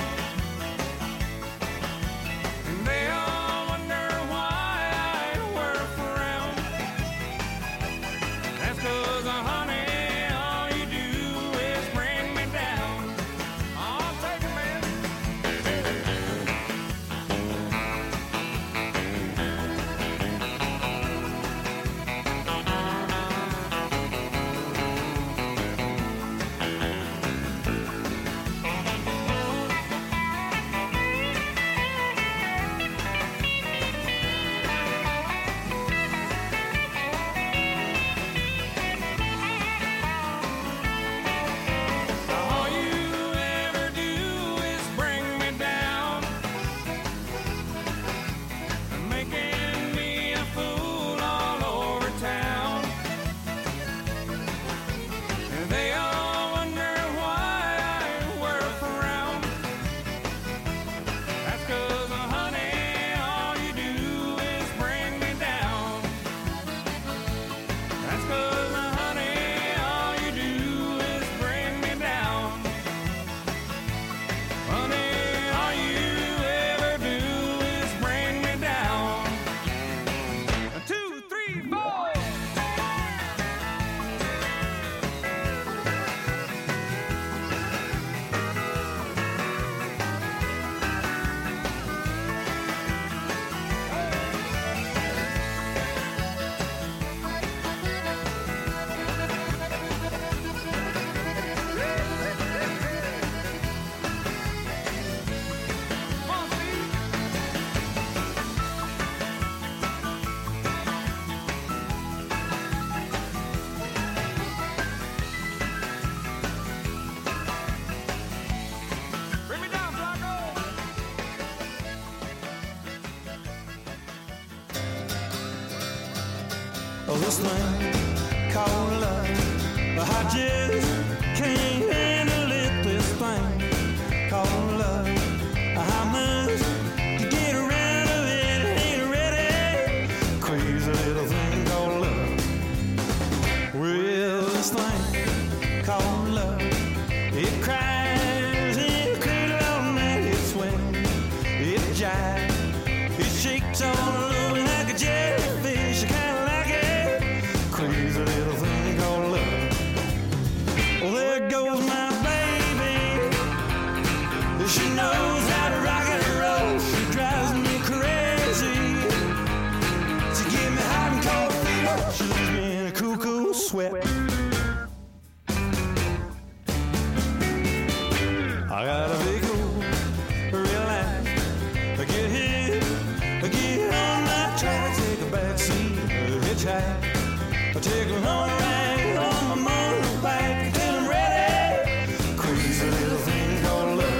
S16: And they all wonder why I wear a frown. That's 'cause, uh, honey, all you do is bring me down. I'll take it, man.
S14: Oh, this thing called love, I just can't handle it. This thing called love, I must get around of it. Ain't ready, crazy little thing called love. Well, this thing called love, it cries, it cradles all night, it swings, it jives, it shakes all over like a jellyfish. I kinda like it, crazy little thing called love. Well, there goes my baby, she knows how to rock and roll. She drives me crazy, she gives me hot and cold fever, she leaves me in a cool, cool sweat. I gotta be cool, relax, get hit, get on my track, take a back seat, hitchhike, take a long ride on my motorbike till I'm ready. Crazy little thing called love.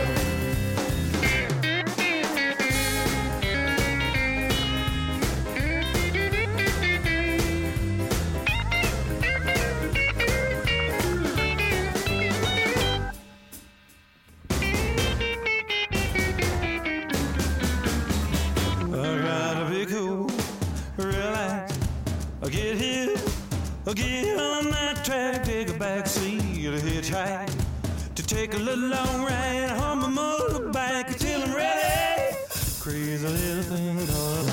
S14: Get here, get on that track, take a back seat, a hitchhike, to take a little long ride on my motorbike until I'm ready. Crazy little thing called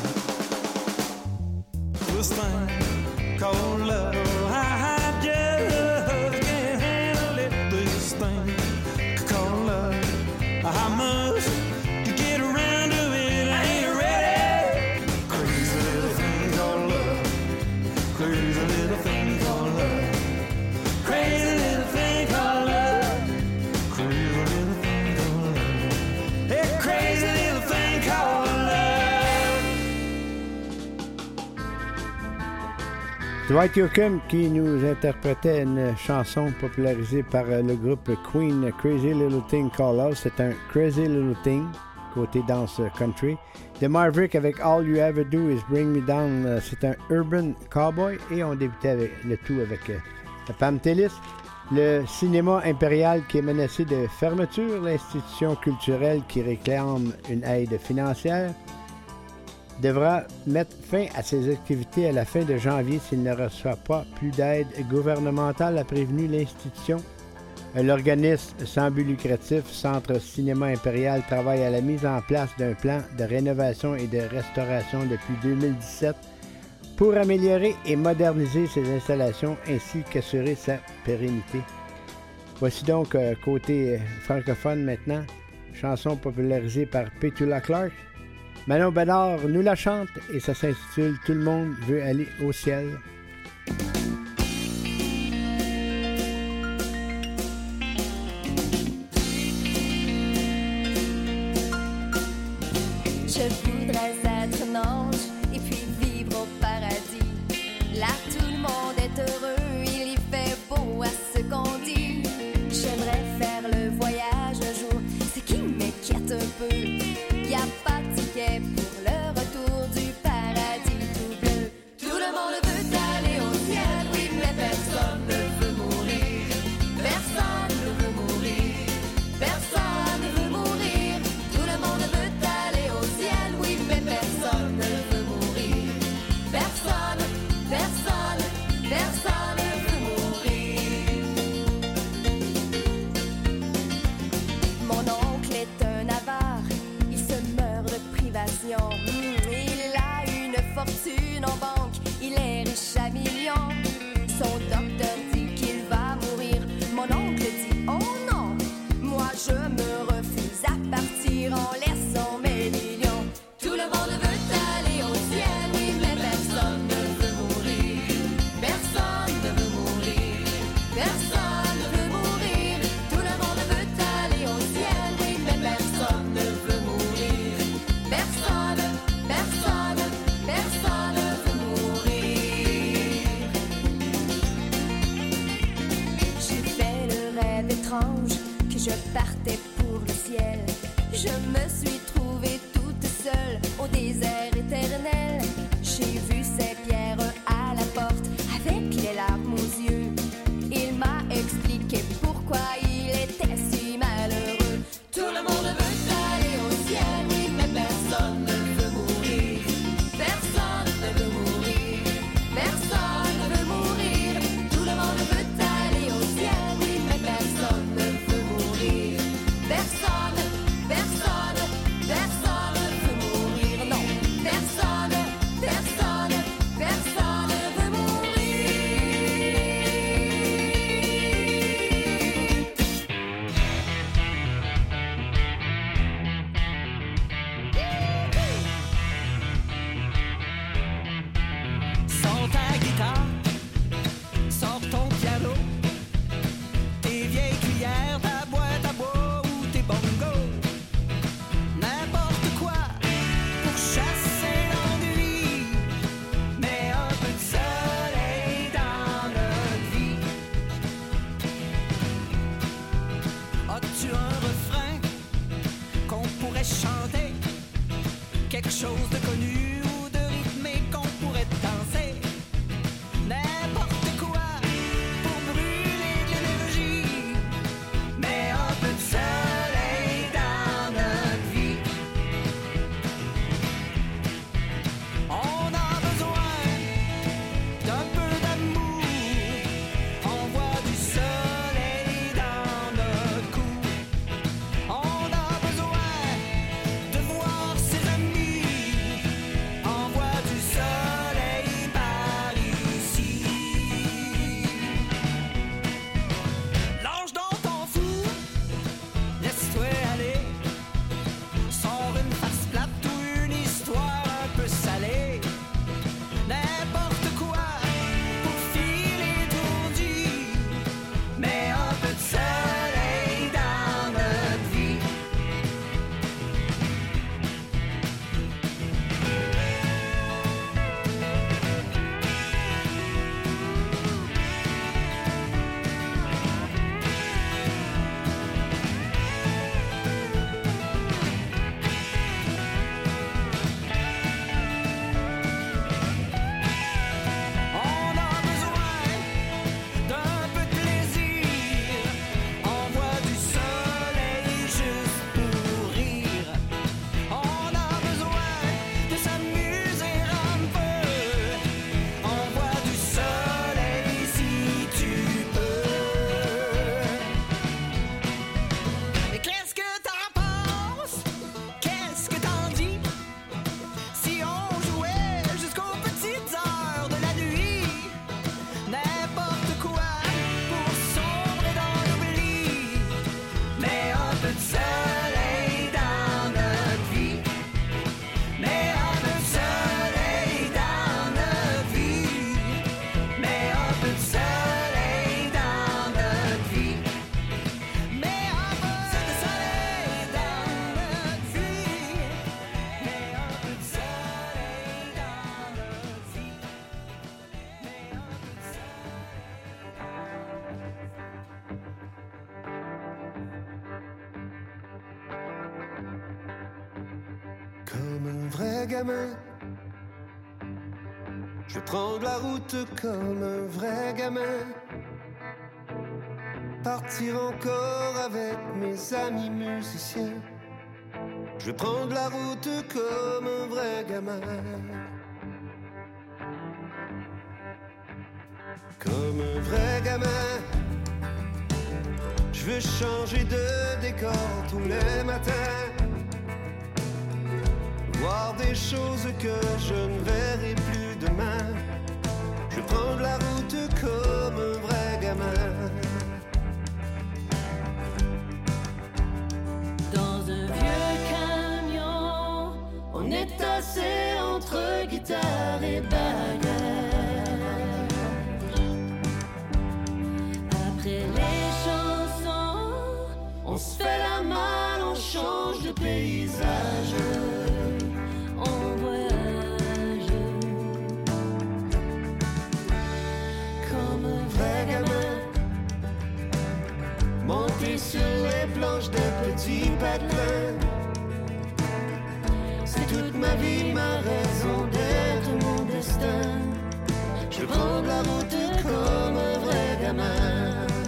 S14: love. This thing called love, I just can't handle it. This thing called love, I must get around to it. I ain't ready. Crazy little thing called love. Crazy little thing called love. Crazy little thing called love. Crazy little thing called love. Hey, crazy little thing called love.
S1: Dwight Yoakam qui nous interprétait une chanson popularisée par le groupe Queen, Crazy Little Thing Called Love. C'est un Crazy Little Thing côté danse country. The Maverick avec All You Ever Do Is Bring Me Down, c'est un Urban Cowboy. Et on débutait avec le tout avec euh, Pam Tillis. Le cinéma impérial qui est menacé de fermeture, l'institution culturelle qui réclame une aide financière devra mettre fin à ses activités à la fin de janvier s'il ne reçoit pas plus d'aide gouvernementale, a prévenu l'institution. L'organisme sans but lucratif Centre Cinéma Impérial travaille à la mise en place d'un plan de rénovation et de restauration depuis deux mille dix-sept pour améliorer et moderniser ses installations ainsi qu'assurer sa pérennité. Voici donc euh, côté francophone maintenant, chanson popularisée par Petula Clark. Manon Bédard nous la chante et ça s'intitule « Tout le monde veut aller au ciel ».
S17: Je voudrais être un ange et puis vivre au paradis. Là tout le monde est heureux, il y fait beau à ce qu'on dit. J'aimerais faire le voyage un jour, ce qui m'inquiète un peu. Y a pas de ticket pour le retour du paradis tout bleu. Tout le monde veut aller au ciel, oui, mais personne ne veut mourir. Personne ne veut mourir. Personne ne veut mourir. Tout le monde veut aller au ciel, oui, mais personne ne veut mourir. Personne, personne, personne ne veut mourir. Mon oncle est un avare, il se meurt de privation. Mmh, il a une fortune en banque, il est riche à millions. Son docteur dit qu'il va mourir. Mon oncle dit oh non, moi je me refuse à partir en laissant mes millions. Tout le monde veut aller au ciel, oui, mais personne ne veut mourir. Personne ne veut mourir. Personne ne veut mourir. Tout le monde veut aller au ciel, oui, mais personne ne veut mourir. Personne, personne, personne ne veut mourir.
S18: quelque chose de connu ou de rythmé qu'on pourrait danser. N'importe quoi pour brûler de l'énergie. Mais un peu de soleil dans notre vie. On a besoin d'un peu d'amour. On voit du soleil dans notre cou. On a besoin de voir ses amis. On voit du soleil par ici. Lâche donc ton fou, laisse-toi aller. Sors une face plate ou une histoire un peu salée. N'importe quoi pour filer étourdi. Mais un peu de soleil dans notre vie. On a besoin d'un peu de plaisir. On voit du soleil juste pour rire. On a besoin de s'amuser un peu. On voit du soleil si tu peux. Et qu'est-ce que t'en penses? Qu'est-ce que t'en dis? Si on jouait jusqu'aux petites heures de la nuit. N'importe quoi pour sombrer dans l'oubli. Mais un peu de soleil dans notre vie. Mais un peu de soleil dans notre vie. Mais un peu de soleil dans notre vie. Mais un peu de soleil dans notre vie. Mais un peu de soleil dans notre vie. Mais un peu de
S11: Comme un vrai gamin, je vais prendre la route comme un vrai gamin. Partir encore avec mes amis musiciens. Je vais prendre la route comme un vrai gamin. Comme un vrai gamin, je veux changer de décor tous les matins. Voir des choses que je ne verrai plus demain. Je vais prendre la route comme un vrai gamin.
S19: Dans un vieux camion, on est tassé entre guitare et baguette. Après les chansons, on se fait la malle, on change de paysage. On voyage comme un vrai gamin.
S11: Monter sur les planches des petits patelins. C'est toute ma vie, ma raison d'être, mon destin. Je vais prendre la route comme un vrai gamin.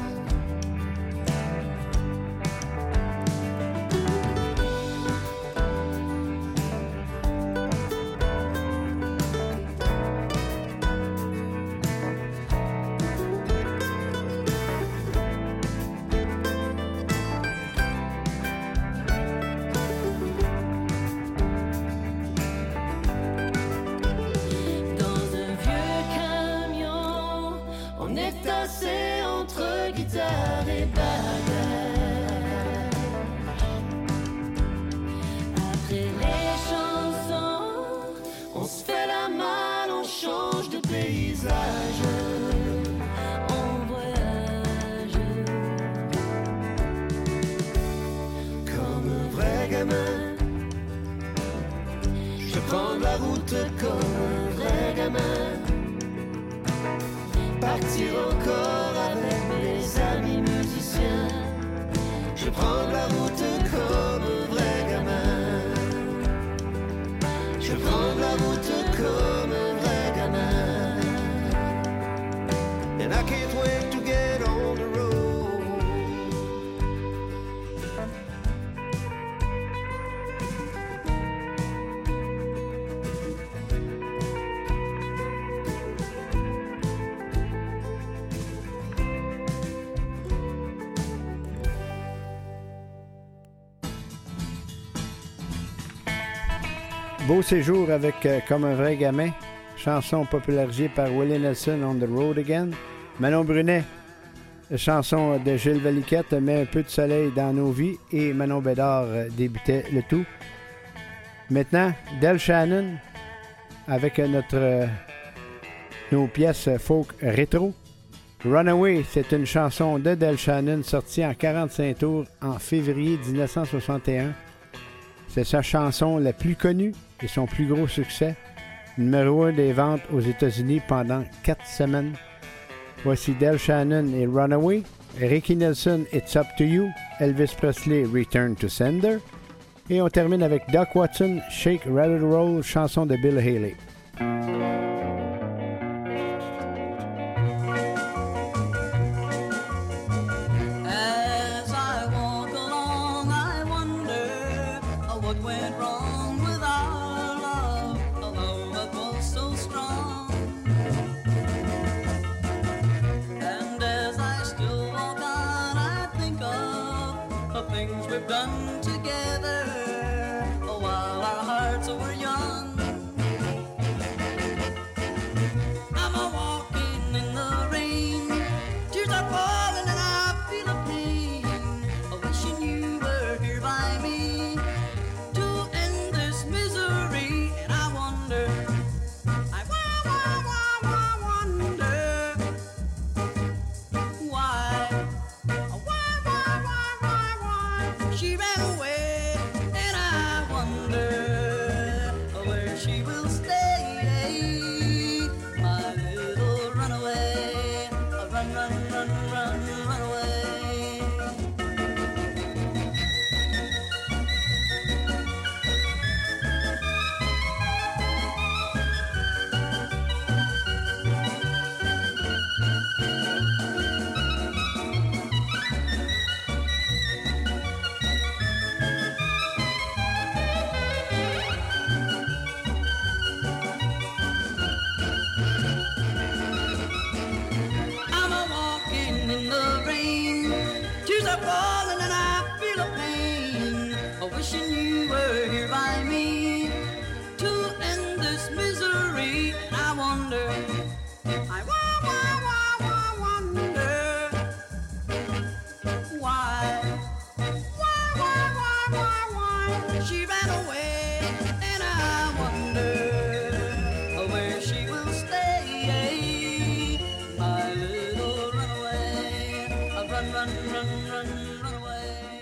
S19: Entre guitare et baguette. Après les chansons, on se fait la malle, on change de paysage. On voyage
S11: comme un vrai gamin. Je vais prendre la route comme un vrai gamin. Partir encore avec mes amis musiciens. Je vais prendre la route comme un vrai gamin.
S19: Je prends la route comme un vrai gamin. And I can't wait to get on the road.
S1: Beau séjour avec euh, Comme un vrai gamin, chanson popularisée par Willie Nelson, On the Road Again. Manon Brunet, chanson de Gilles Valiquette, Met un peu de soleil dans nos vies, et Manon Bédard euh, débutait le tout. Maintenant, Del Shannon avec euh, notre euh, nos pièces folk rétro. Runaway, c'est une chanson de Del Shannon sortie en quarante-cinq tours en février dix-neuf cent soixante et un. C'est sa chanson la plus connue et son plus gros succès. Numéro un des ventes aux États-Unis pendant quatre semaines. Voici Del Shannon et Runaway, Ricky Nelson, It's Up to You, Elvis Presley, Return to Sender. Et on termine avec Doc Watson, Shake, Rattle, Roll, chanson de Bill Haley.
S20: As I walk along, I wonder uh, what went wrong with our love, although it was so strong. And as I still walk on, I think of the things we've done together uh, while our hearts were young. I'm a walking in the rain, tears are falling and I feel a pain, wishing you were here by me to end this misery. And I wonder, I wa- wa- wa- wa- wonder why, why, why, why, why, why she ran away. And I wonder where she will stay, my little runaway. Run, run, run, run, run away. I'm a walking in the rain, tears are falling and I feel a pain, wishing you were here by me to end this misery. And I wonder, I wa- wa- wa- wa- wonder why, why, why, why, why, why she ran away. And I wonder where she will stay, my little runaway. Run, run, run, run, run away.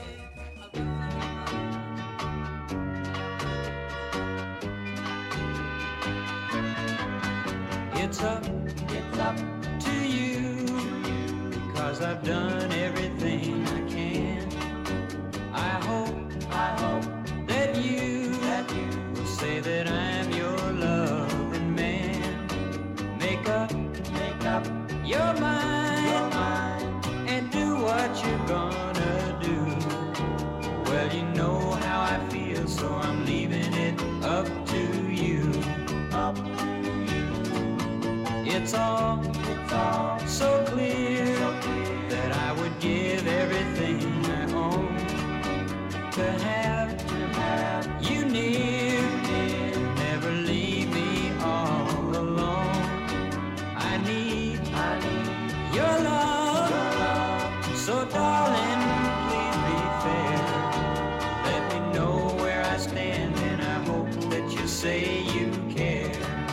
S21: It's up, it's up to you, cause I've done everything I can. I hope, I hope that you, that you will say that I'm your loving man. Make up, make up your mind, your mind, and do what you're gonna do. Well, you know how I feel, so I'm leaving it up to you. Up to you. It's all, it's all so clear, so clear that I would give everything I own to have, to have you near, near. Never leave me all alone. I need, I need your love, your love. So darling, please be fair. Let me know where I stand, and I hope that you say you care.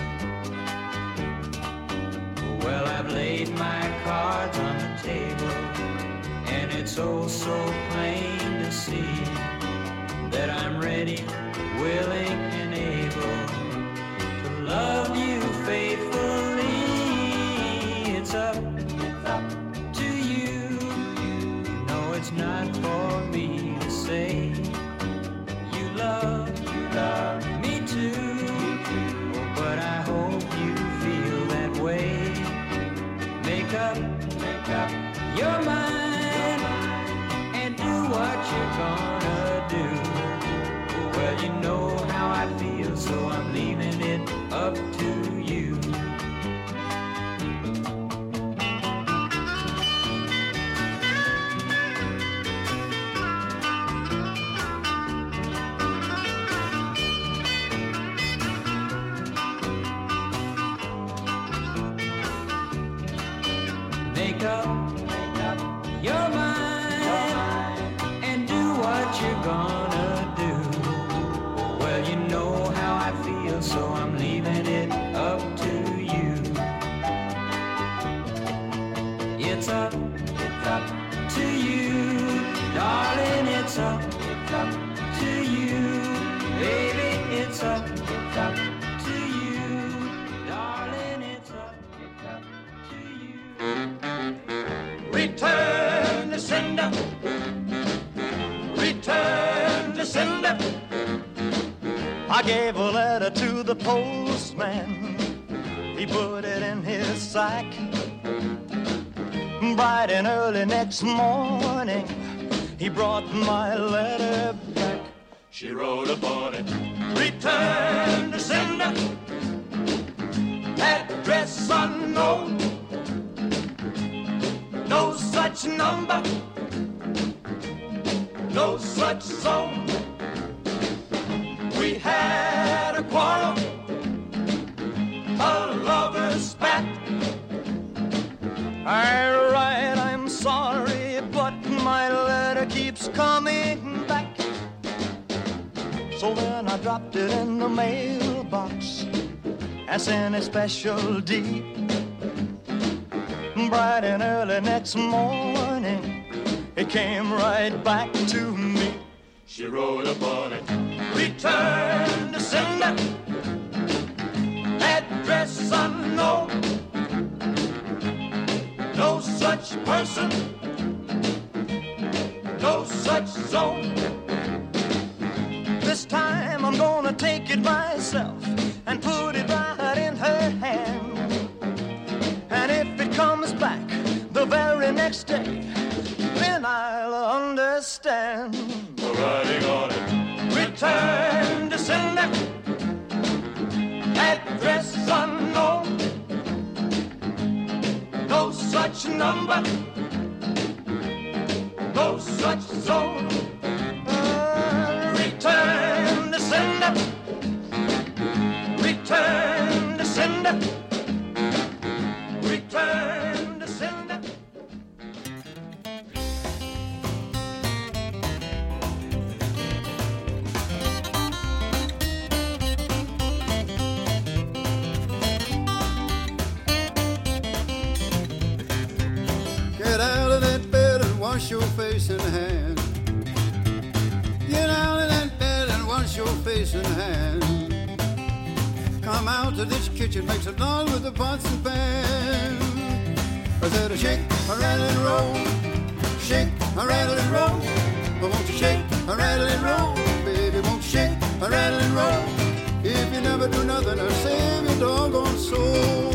S21: Well, I've laid my cards on the table, and it's oh so plain to see that I'm ready, willing, and able to love you faithfully. It's up, it's up to you. You know it's not for me to say you love, you love me too. make up, make up your mind, and do what you're gonna do. Well, you know how I feel, so I'm leaving it up to you. It's up, it's up to you, darling, it's up, it's up to you, baby, it's up, it's up to you, darling, it's up, it's up to you.
S3: Return the sender, return the sender. I gave a letter to the postman, he put it in his sack. Bright and early next morning, he brought my letter back. She wrote upon it, return to sender, address unknown, no such number, no such zone. We had a quarrel, a lover's spat. I write, I'm sorry, but my letter keeps coming back. So then I dropped it in the mailbox and sent a special deed. Bright and early next morning, it came right back to me. She wrote upon it, return to sender, address unknown, no such person, no such zone. This time I'm gonna take it myself and put it right in her hand. And if it comes back the very next day, then I'll understand. Writing on it, return to sender, address unknown, no such number, no such zone. Uh, return to sender, return to sender, return to sender.
S22: Get out of that bed and wash your face and hands. Get out of that bed and wash your face and hands. Come out to this kitchen, make some noise with the pots and pans. I said, shake, a rattle and roll, shake, a rattle and roll. Won't you shake, a rattle and roll, baby? Won't you shake, a rattle and roll? If you never do nothing, I'll save your doggone soul.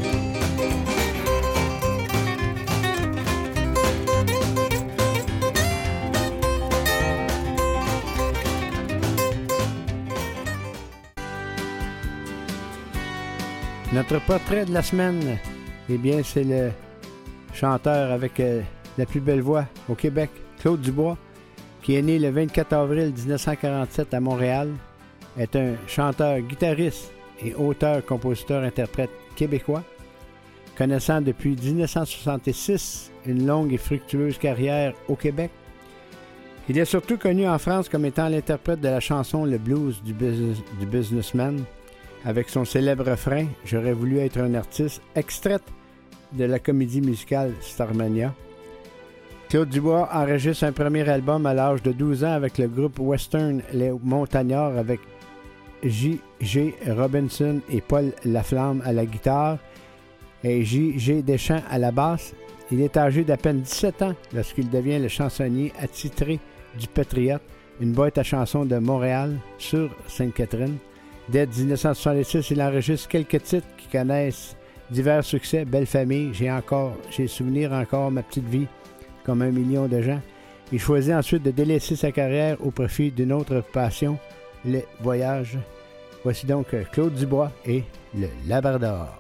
S1: Notre portrait de la semaine, eh bien, c'est le chanteur avec euh, la plus belle voix au Québec, Claude Dubois, qui est né le vingt-quatre avril dix-neuf cent quarante-sept à Montréal, est un chanteur, guitariste et auteur-compositeur-interprète québécois, connaissant depuis dix-neuf cent soixante-six une longue et fructueuse carrière au Québec. Il est surtout connu en France comme étant l'interprète de la chanson Le Blues du, business, du Businessman, avec son célèbre refrain « J'aurais voulu être un artiste », extraite de la comédie musicale Starmania. Claude Dubois enregistre un premier album à l'âge de douze ans avec le groupe western Les Montagnards avec J G Robinson et Paul Laflamme à la guitare et J G Deschamps à la basse. Il est âgé d'à peine dix-sept ans lorsqu'il devient le chansonnier attitré du Patriote, une boîte à chansons de Montréal sur Sainte-Catherine. Dès dix-neuf cent soixante-six, il enregistre quelques titres qui connaissent divers succès. Belle famille, j'ai encore, j'ai souvenir encore ma petite vie, comme un million de gens. Il choisit ensuite de délaisser sa carrière au profit d'une autre passion, le voyage. Voici donc Claude Dubois et le Labrador.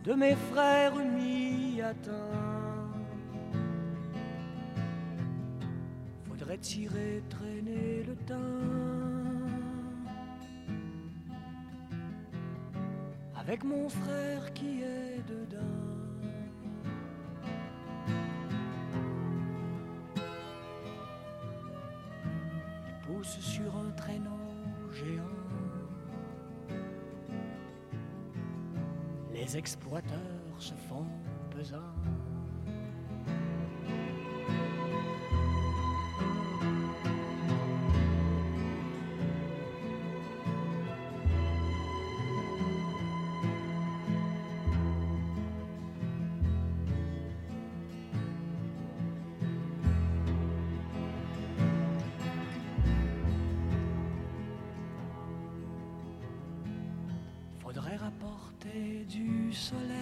S4: de mes frères m'y attend. Faudrait tirer, traîner le temps avec mon frère qui est dedans. Il pousse sur un traîneau géant. Les exploiteurs se font pesants. Faudrait rapporter du soleil,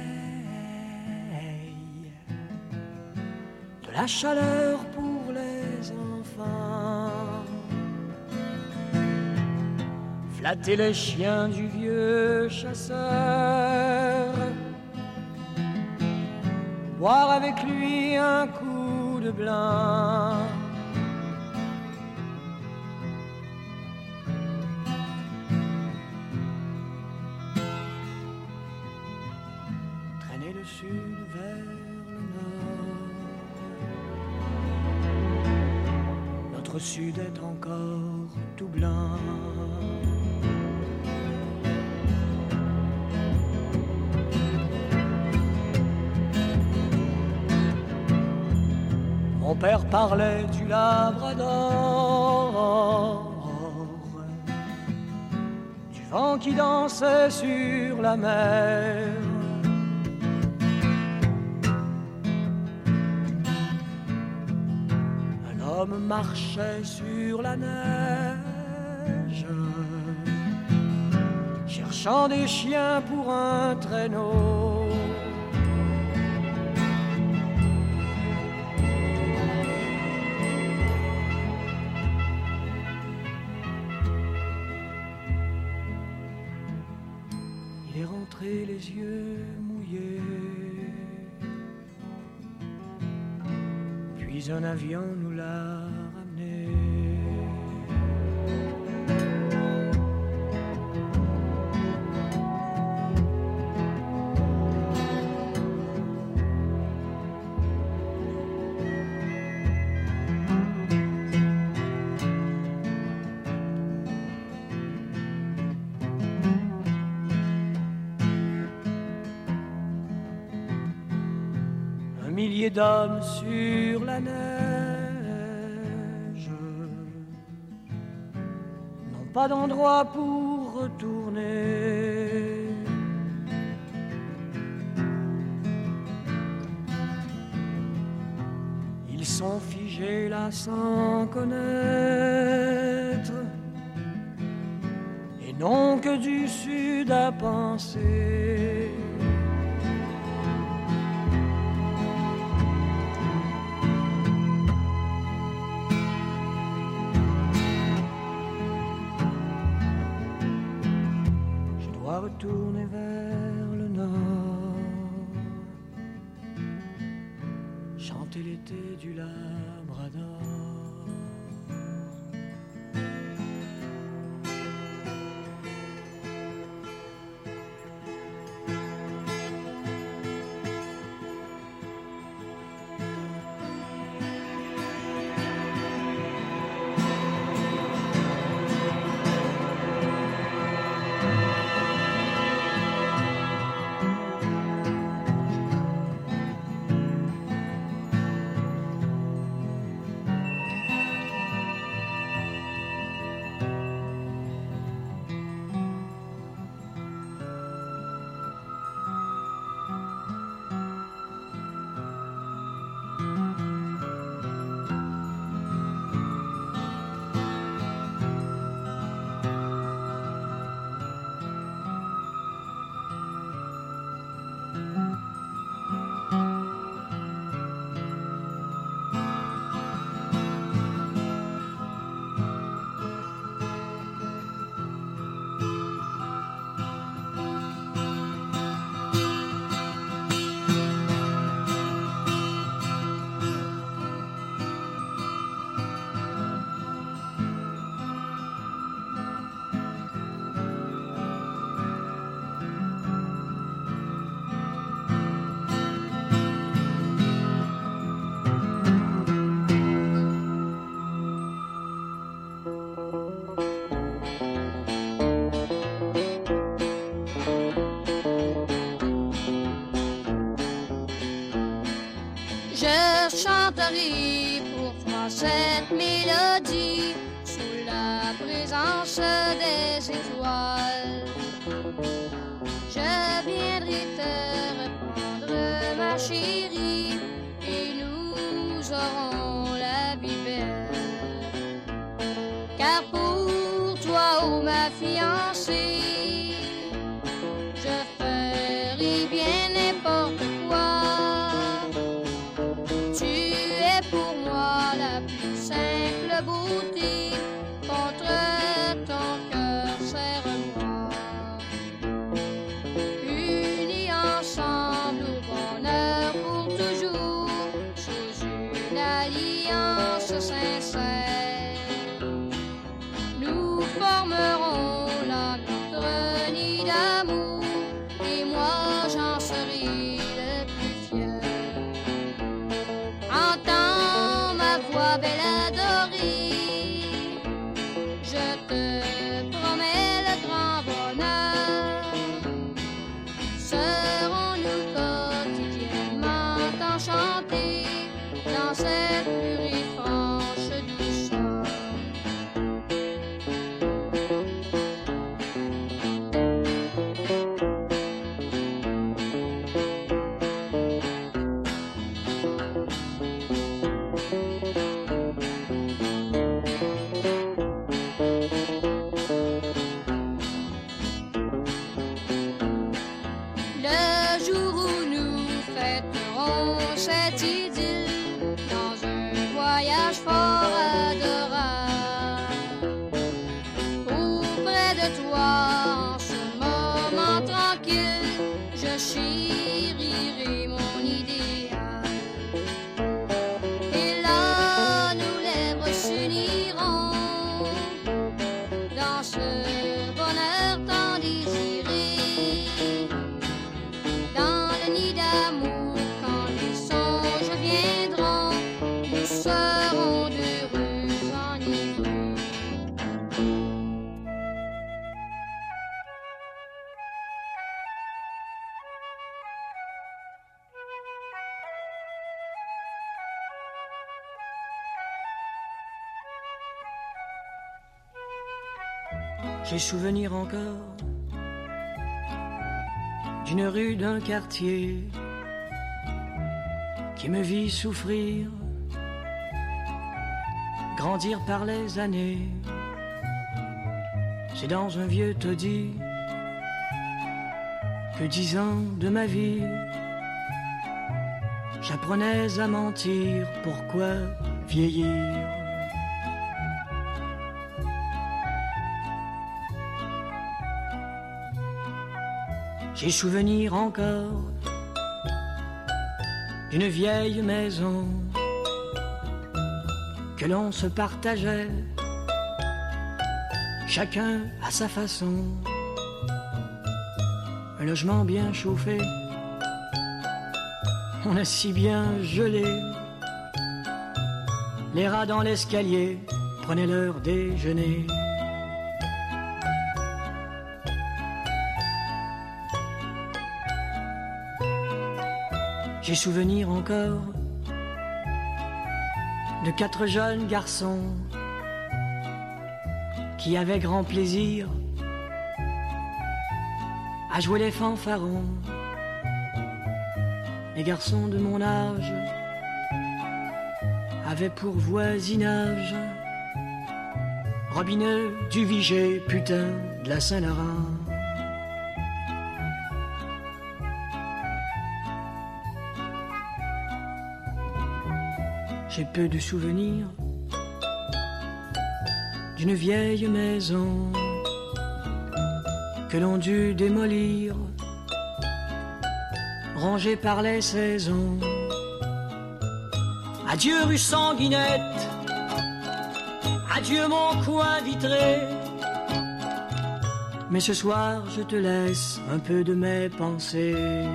S4: de la chaleur pour les enfants, flatter les chiens du vieux chasseur, boire avec lui un coup de blanc. Traîner le sud vers le nord. Notre sud est encore tout blanc. Mon père parlait du Labrador, du vent qui dansait sur la mer. Un homme marchait sur la neige, cherchant des chiens pour un traîneau. Il est rentré les yeux mouillés, puis un avion nous l'a ramené. Un millier d'hommes sur la neige n'ont pas d'endroit pour retourner. Ils sont figés là sans connaître et n'ont que du sud à penser. Retourner vers le nord, chanter l'été du Labrador.
S6: chanterai pour toi cette mélodie sous la présence des étoiles. Je viendrai te reprendre, ma chérie, et nous aurons la vie belle. Car pour toi, oh ma fiancée, je ferai bien n'importe quoi. Tu es pour moi la plus simple beauté, contre ton cœur serre-moi. Unis ensemble au bonheur pour toujours, sous une alliance sincère, nous formerons là notre nid d'amour, et moi j'en serai le plus fier. Entends ma voix belle adorée, je te promets le grand bonheur. Serons-nous quotidiennement enchantés dans cette pure et franche douceur. Le jour où nous fêterons cette idylle dans un voyage fort adorable, auprès de toi en ce moment tranquille, je chérirai mon idéal. Et là nos lèvres s'uniront dans ce bonheur tant désiré. Dans le nid d'amour, quand les songes viendront, nous serons d'heureux enivrés.
S4: J'ai souvenir encore d'une rue, d'un quartier qui me vit souffrir, grandir par les années. C'est dans un vieux taudis que dix ans de ma vie j'apprenais à mentir. Pourquoi vieillir? J'ai souvenir encore d'une vieille maison que l'on se partageait, chacun à sa façon. Un logement bien chauffé, on a si bien gelé. Les rats dans l'escalier prenaient leur déjeuner. J'ai souvenir encore de quatre jeunes garçons qui avaient grand plaisir à jouer les fanfarons. Les garçons de mon âge avaient pour voisinage Robineux, du Viger, putain de la Saint-Laurent. J'ai peu de souvenirs d'une vieille maison que l'on dut démolir, rangée par les saisons. Adieu rue Sanguinette, adieu mon coin vitré. Mais ce soir je te laisse un peu de mes pensées.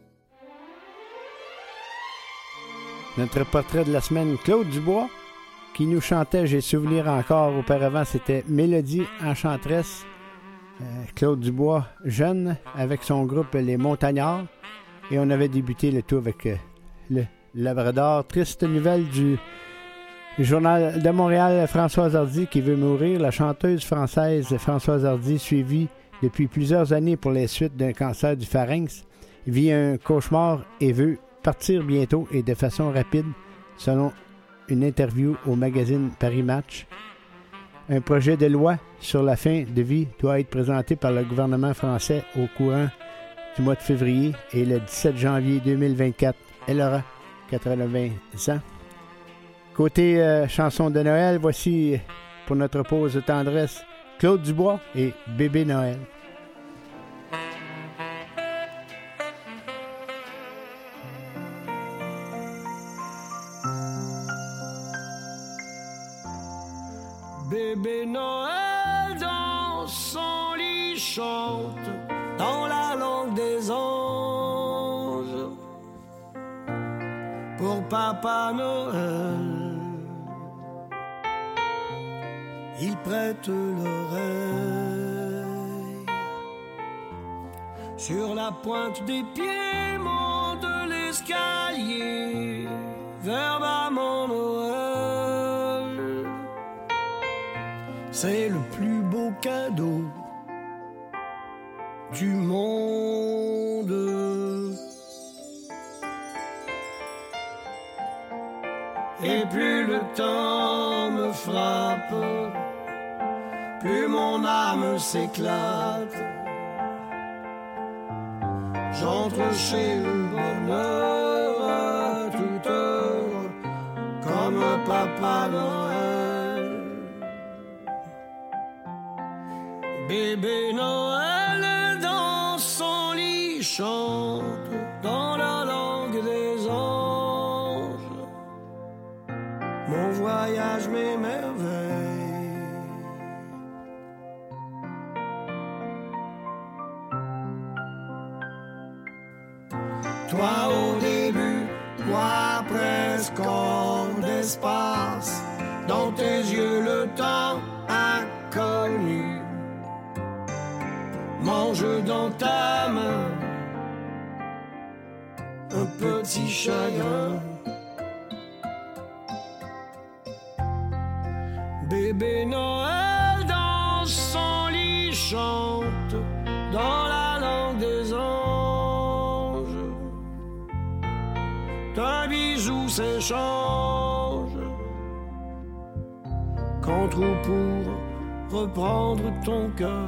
S1: Notre portrait de la semaine, Claude Dubois. qui nous chantait, j'ai souvenir encore, auparavant, c'était Mélodie Enchanteresse, euh, Claude Dubois, jeune, avec son groupe Les Montagnards. Et on avait débuté le tout avec euh, le Labrador. Triste nouvelle du Journal de Montréal, Françoise Hardy qui veut mourir. La chanteuse française Françoise Hardy, suivie depuis plusieurs années pour les suites d'un cancer du pharynx, vit un cauchemar et veut partir bientôt et de façon rapide, selon une interview au magazine Paris Match. Un projet de loi sur la fin de vie doit être présenté par le gouvernement français au courant du mois de février et le dix-sept janvier deux mille vingt-quatre. Elle aura quatre-vingts ans. Côté euh, chanson de Noël, voici pour notre pause de tendresse Claude Dubois et Bébé Noël.
S8: Bébé Noël dans son lit chante dans la langue des anges pour Papa Noël. Il prête l'oreille sur la pointe des pieds, monte l'escalier vers Maman Noël. C'est le plus beau cadeau du monde. Et plus le temps me frappe, plus mon âme s'éclate. J'entre chez le bonheur à toute heure, comme un Papa Noël. Bébé Noël dans son lit chante dans la langue des anges. Mon voyage m'émerveille. Toi au début, moi presque hors d'espace. Dans tes yeux le temps inconnu mange dans ta main un petit chagrin. Bébé Noël dans son lit chante dans la langue des anges. D'un bisou s'échange contre ou pour reprendre ton cœur.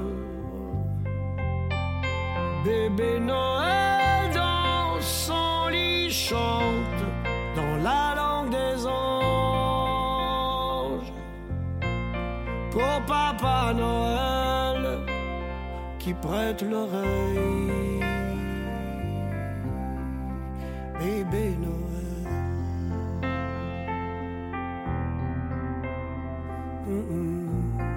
S8: Bébé Noël dans son lit chante dans la langue des anges pour Papa Noël qui prête l'oreille. Bébé Noël, mm-mm.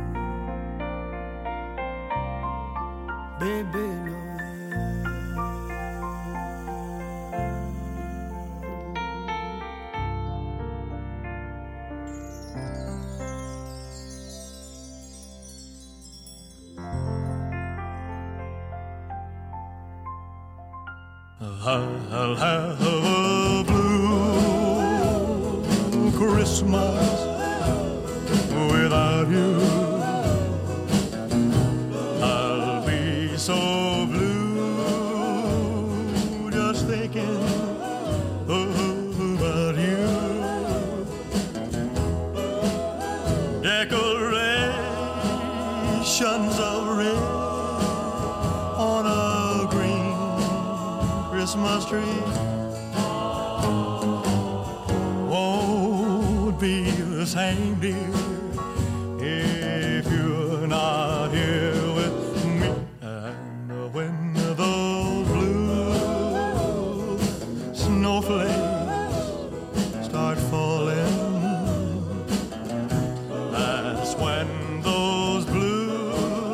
S8: Bébé Noël.
S9: I'll have a blue Christmas without you. I'll be so blue just thinking about you. Decorations of red on a green Christmas tree won't be the same, dear, if you're not here with me. And when those blue snowflakes start falling, that's when those blue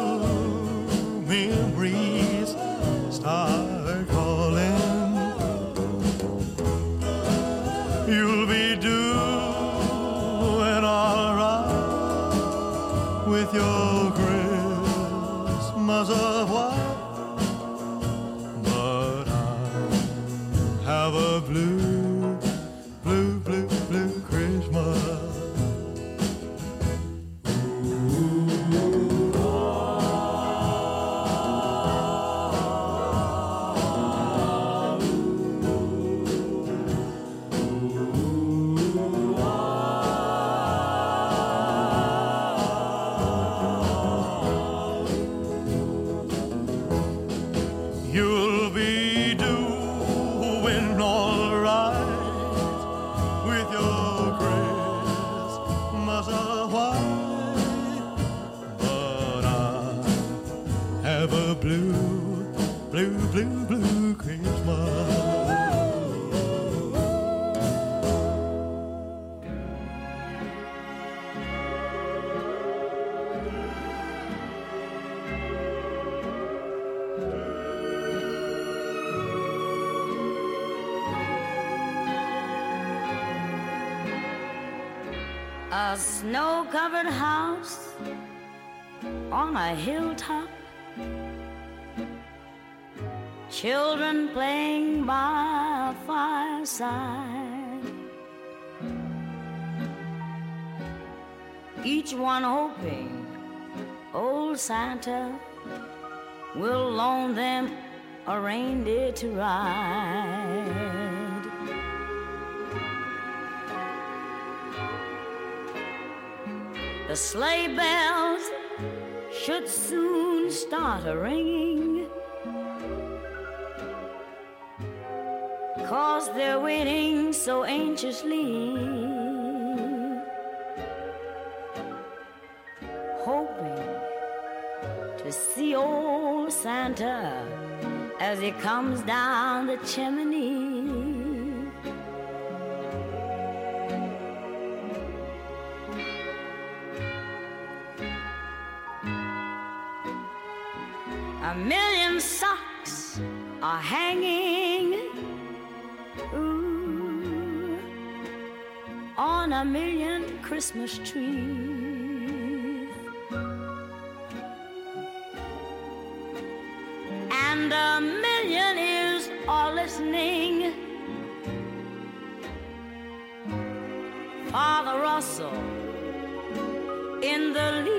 S9: memories start calling. You'll be doing all a blue, blue, blue, blue Christmas. You'll be doing all right with your Christmas a white, but I have a blue, blue, blue, blue Christmas.
S5: A snow-covered house on a hilltop, children playing by a fireside, each one hoping old Santa will loan them a reindeer to ride. The sleigh bells should soon start a-ringing, 'cause they're waiting so anxiously, hoping to see old Santa as he comes down the chimney. A million socks are hanging, ooh, on a million Christmas trees, and a million ears are listening for the rustle in the leaves.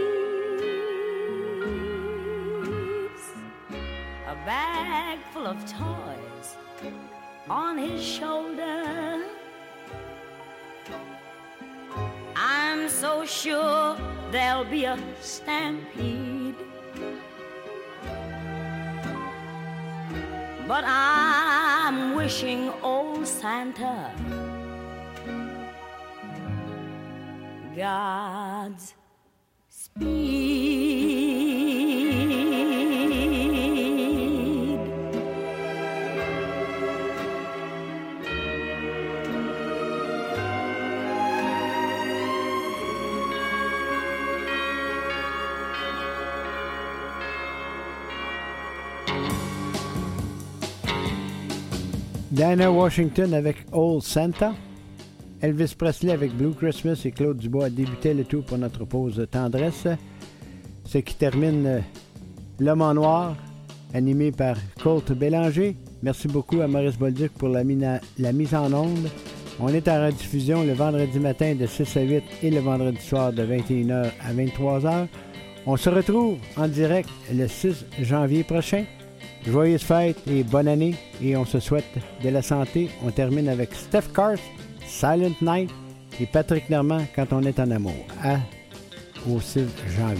S5: A bag full of toys on his shoulder, I'm so sure there'll be a stampede, but I'm wishing old Santa God's speed.
S1: Diana Washington avec Old Santa. Elvis Presley avec Blue Christmas et Claude Dubois débutait le tout pour notre pause tendresse. Ce qui termine L'Homme en Noir, animé par Colt Bélanger. Merci beaucoup à Maurice Bolduc pour la, mina, la mise en onde. On est en rediffusion le vendredi matin de six à huit et le vendredi soir de vingt et une heures à vingt-trois heures. On se retrouve en direct le six janvier prochain. Joyeuses fêtes et bonne année, et on se souhaite de la santé. On termine avec Steph Cart, Silent Night, et Patrick Normand, Quand on est en amour, à, au six janvier.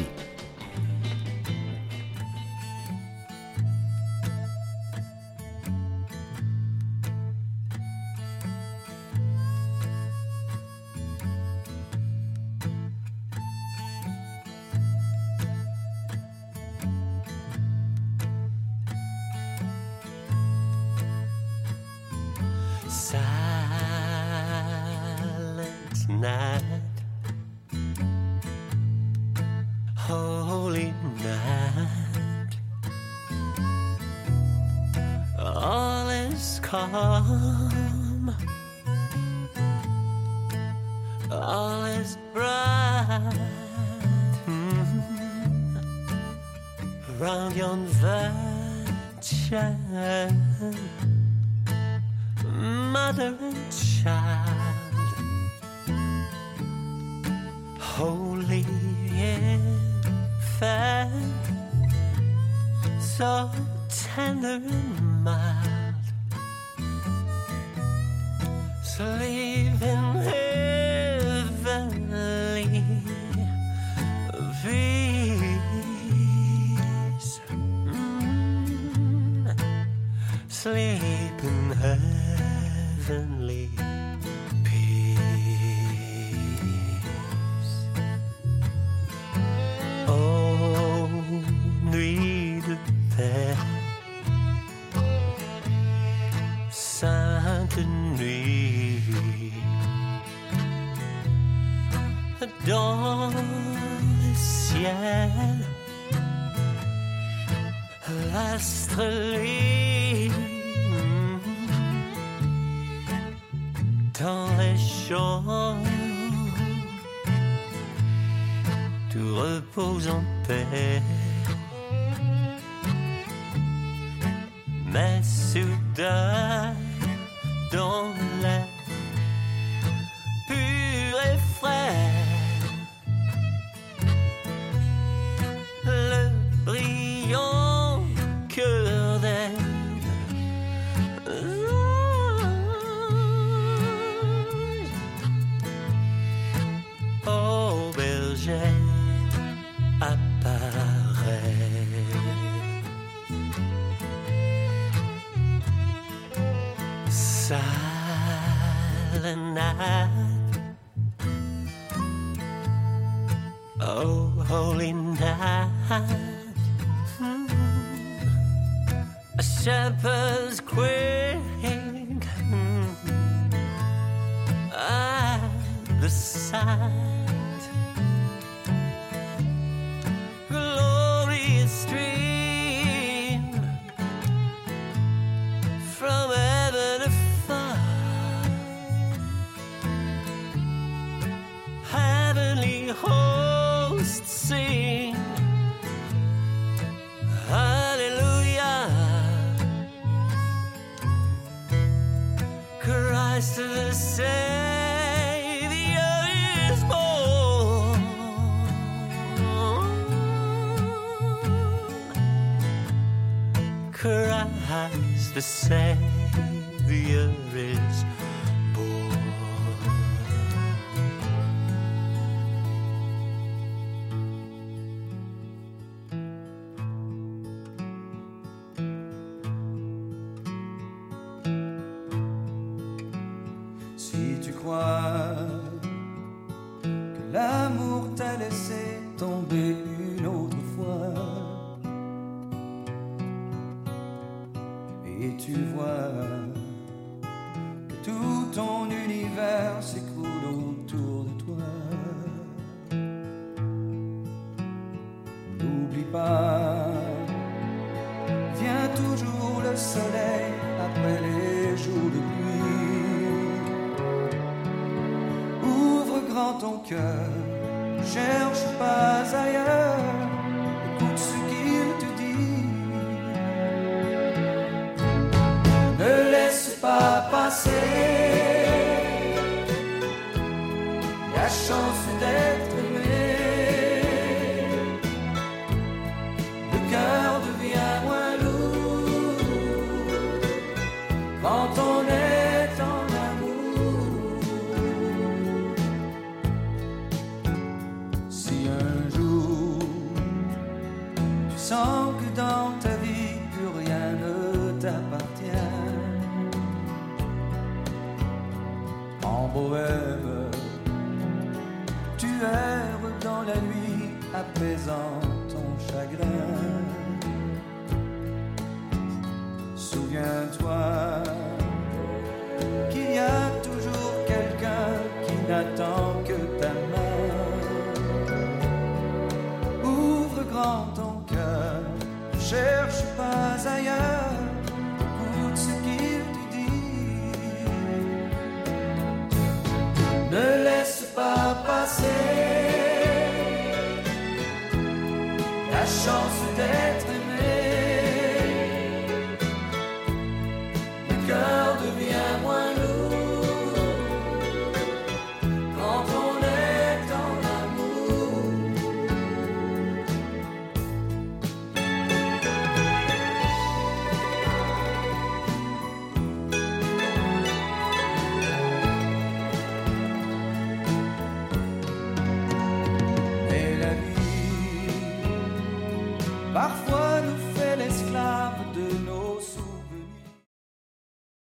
S13: Silent night, holy night, all is calm, all is bright, mm-hmm. Around yon vine shine
S2: mother and child, holy infant, so tender and mild, sleep in heavenly peace, mm. Sleep in heavenly peace. Oh, nuit de paix, sainte nuit, dans le ciel, l'astre lui, dans les champs, tout repose en paix. Mais soudain, dans l'air pur et frais, le brillant cœur d'elle, oh berger, apparaît. Silent night, oh holy night, mm. A shepherd's quake, mm. At the sight, glorious stream from heaven to far, heavenly hosts sing hallelujah, Christ the Savior is born, Christ the Savior is born.
S7: Si tu crois que l'amour t'a laissé tomber une autre fois, et tu vois que tout ton univers s'écroule autour de toi, n'oublie pas, vient toujours le soleil après les jours de pluie. Ouvre grand ton cœur, cherche pas ailleurs, écoute ce qu'il te dit. Ne laisse pas passer la chance d'être aimé. Le cœur devient moins lourd quand on est en amour. Si un jour tu sens que dans ta vie plus rien ne t'appartient, en bohème, tu erres dans la nuit, apaisant ton chagrin. Souviens-toi qu'il y a toujours quelqu'un qui n'attend que ta main. Ouvre grand ton cœur, cherche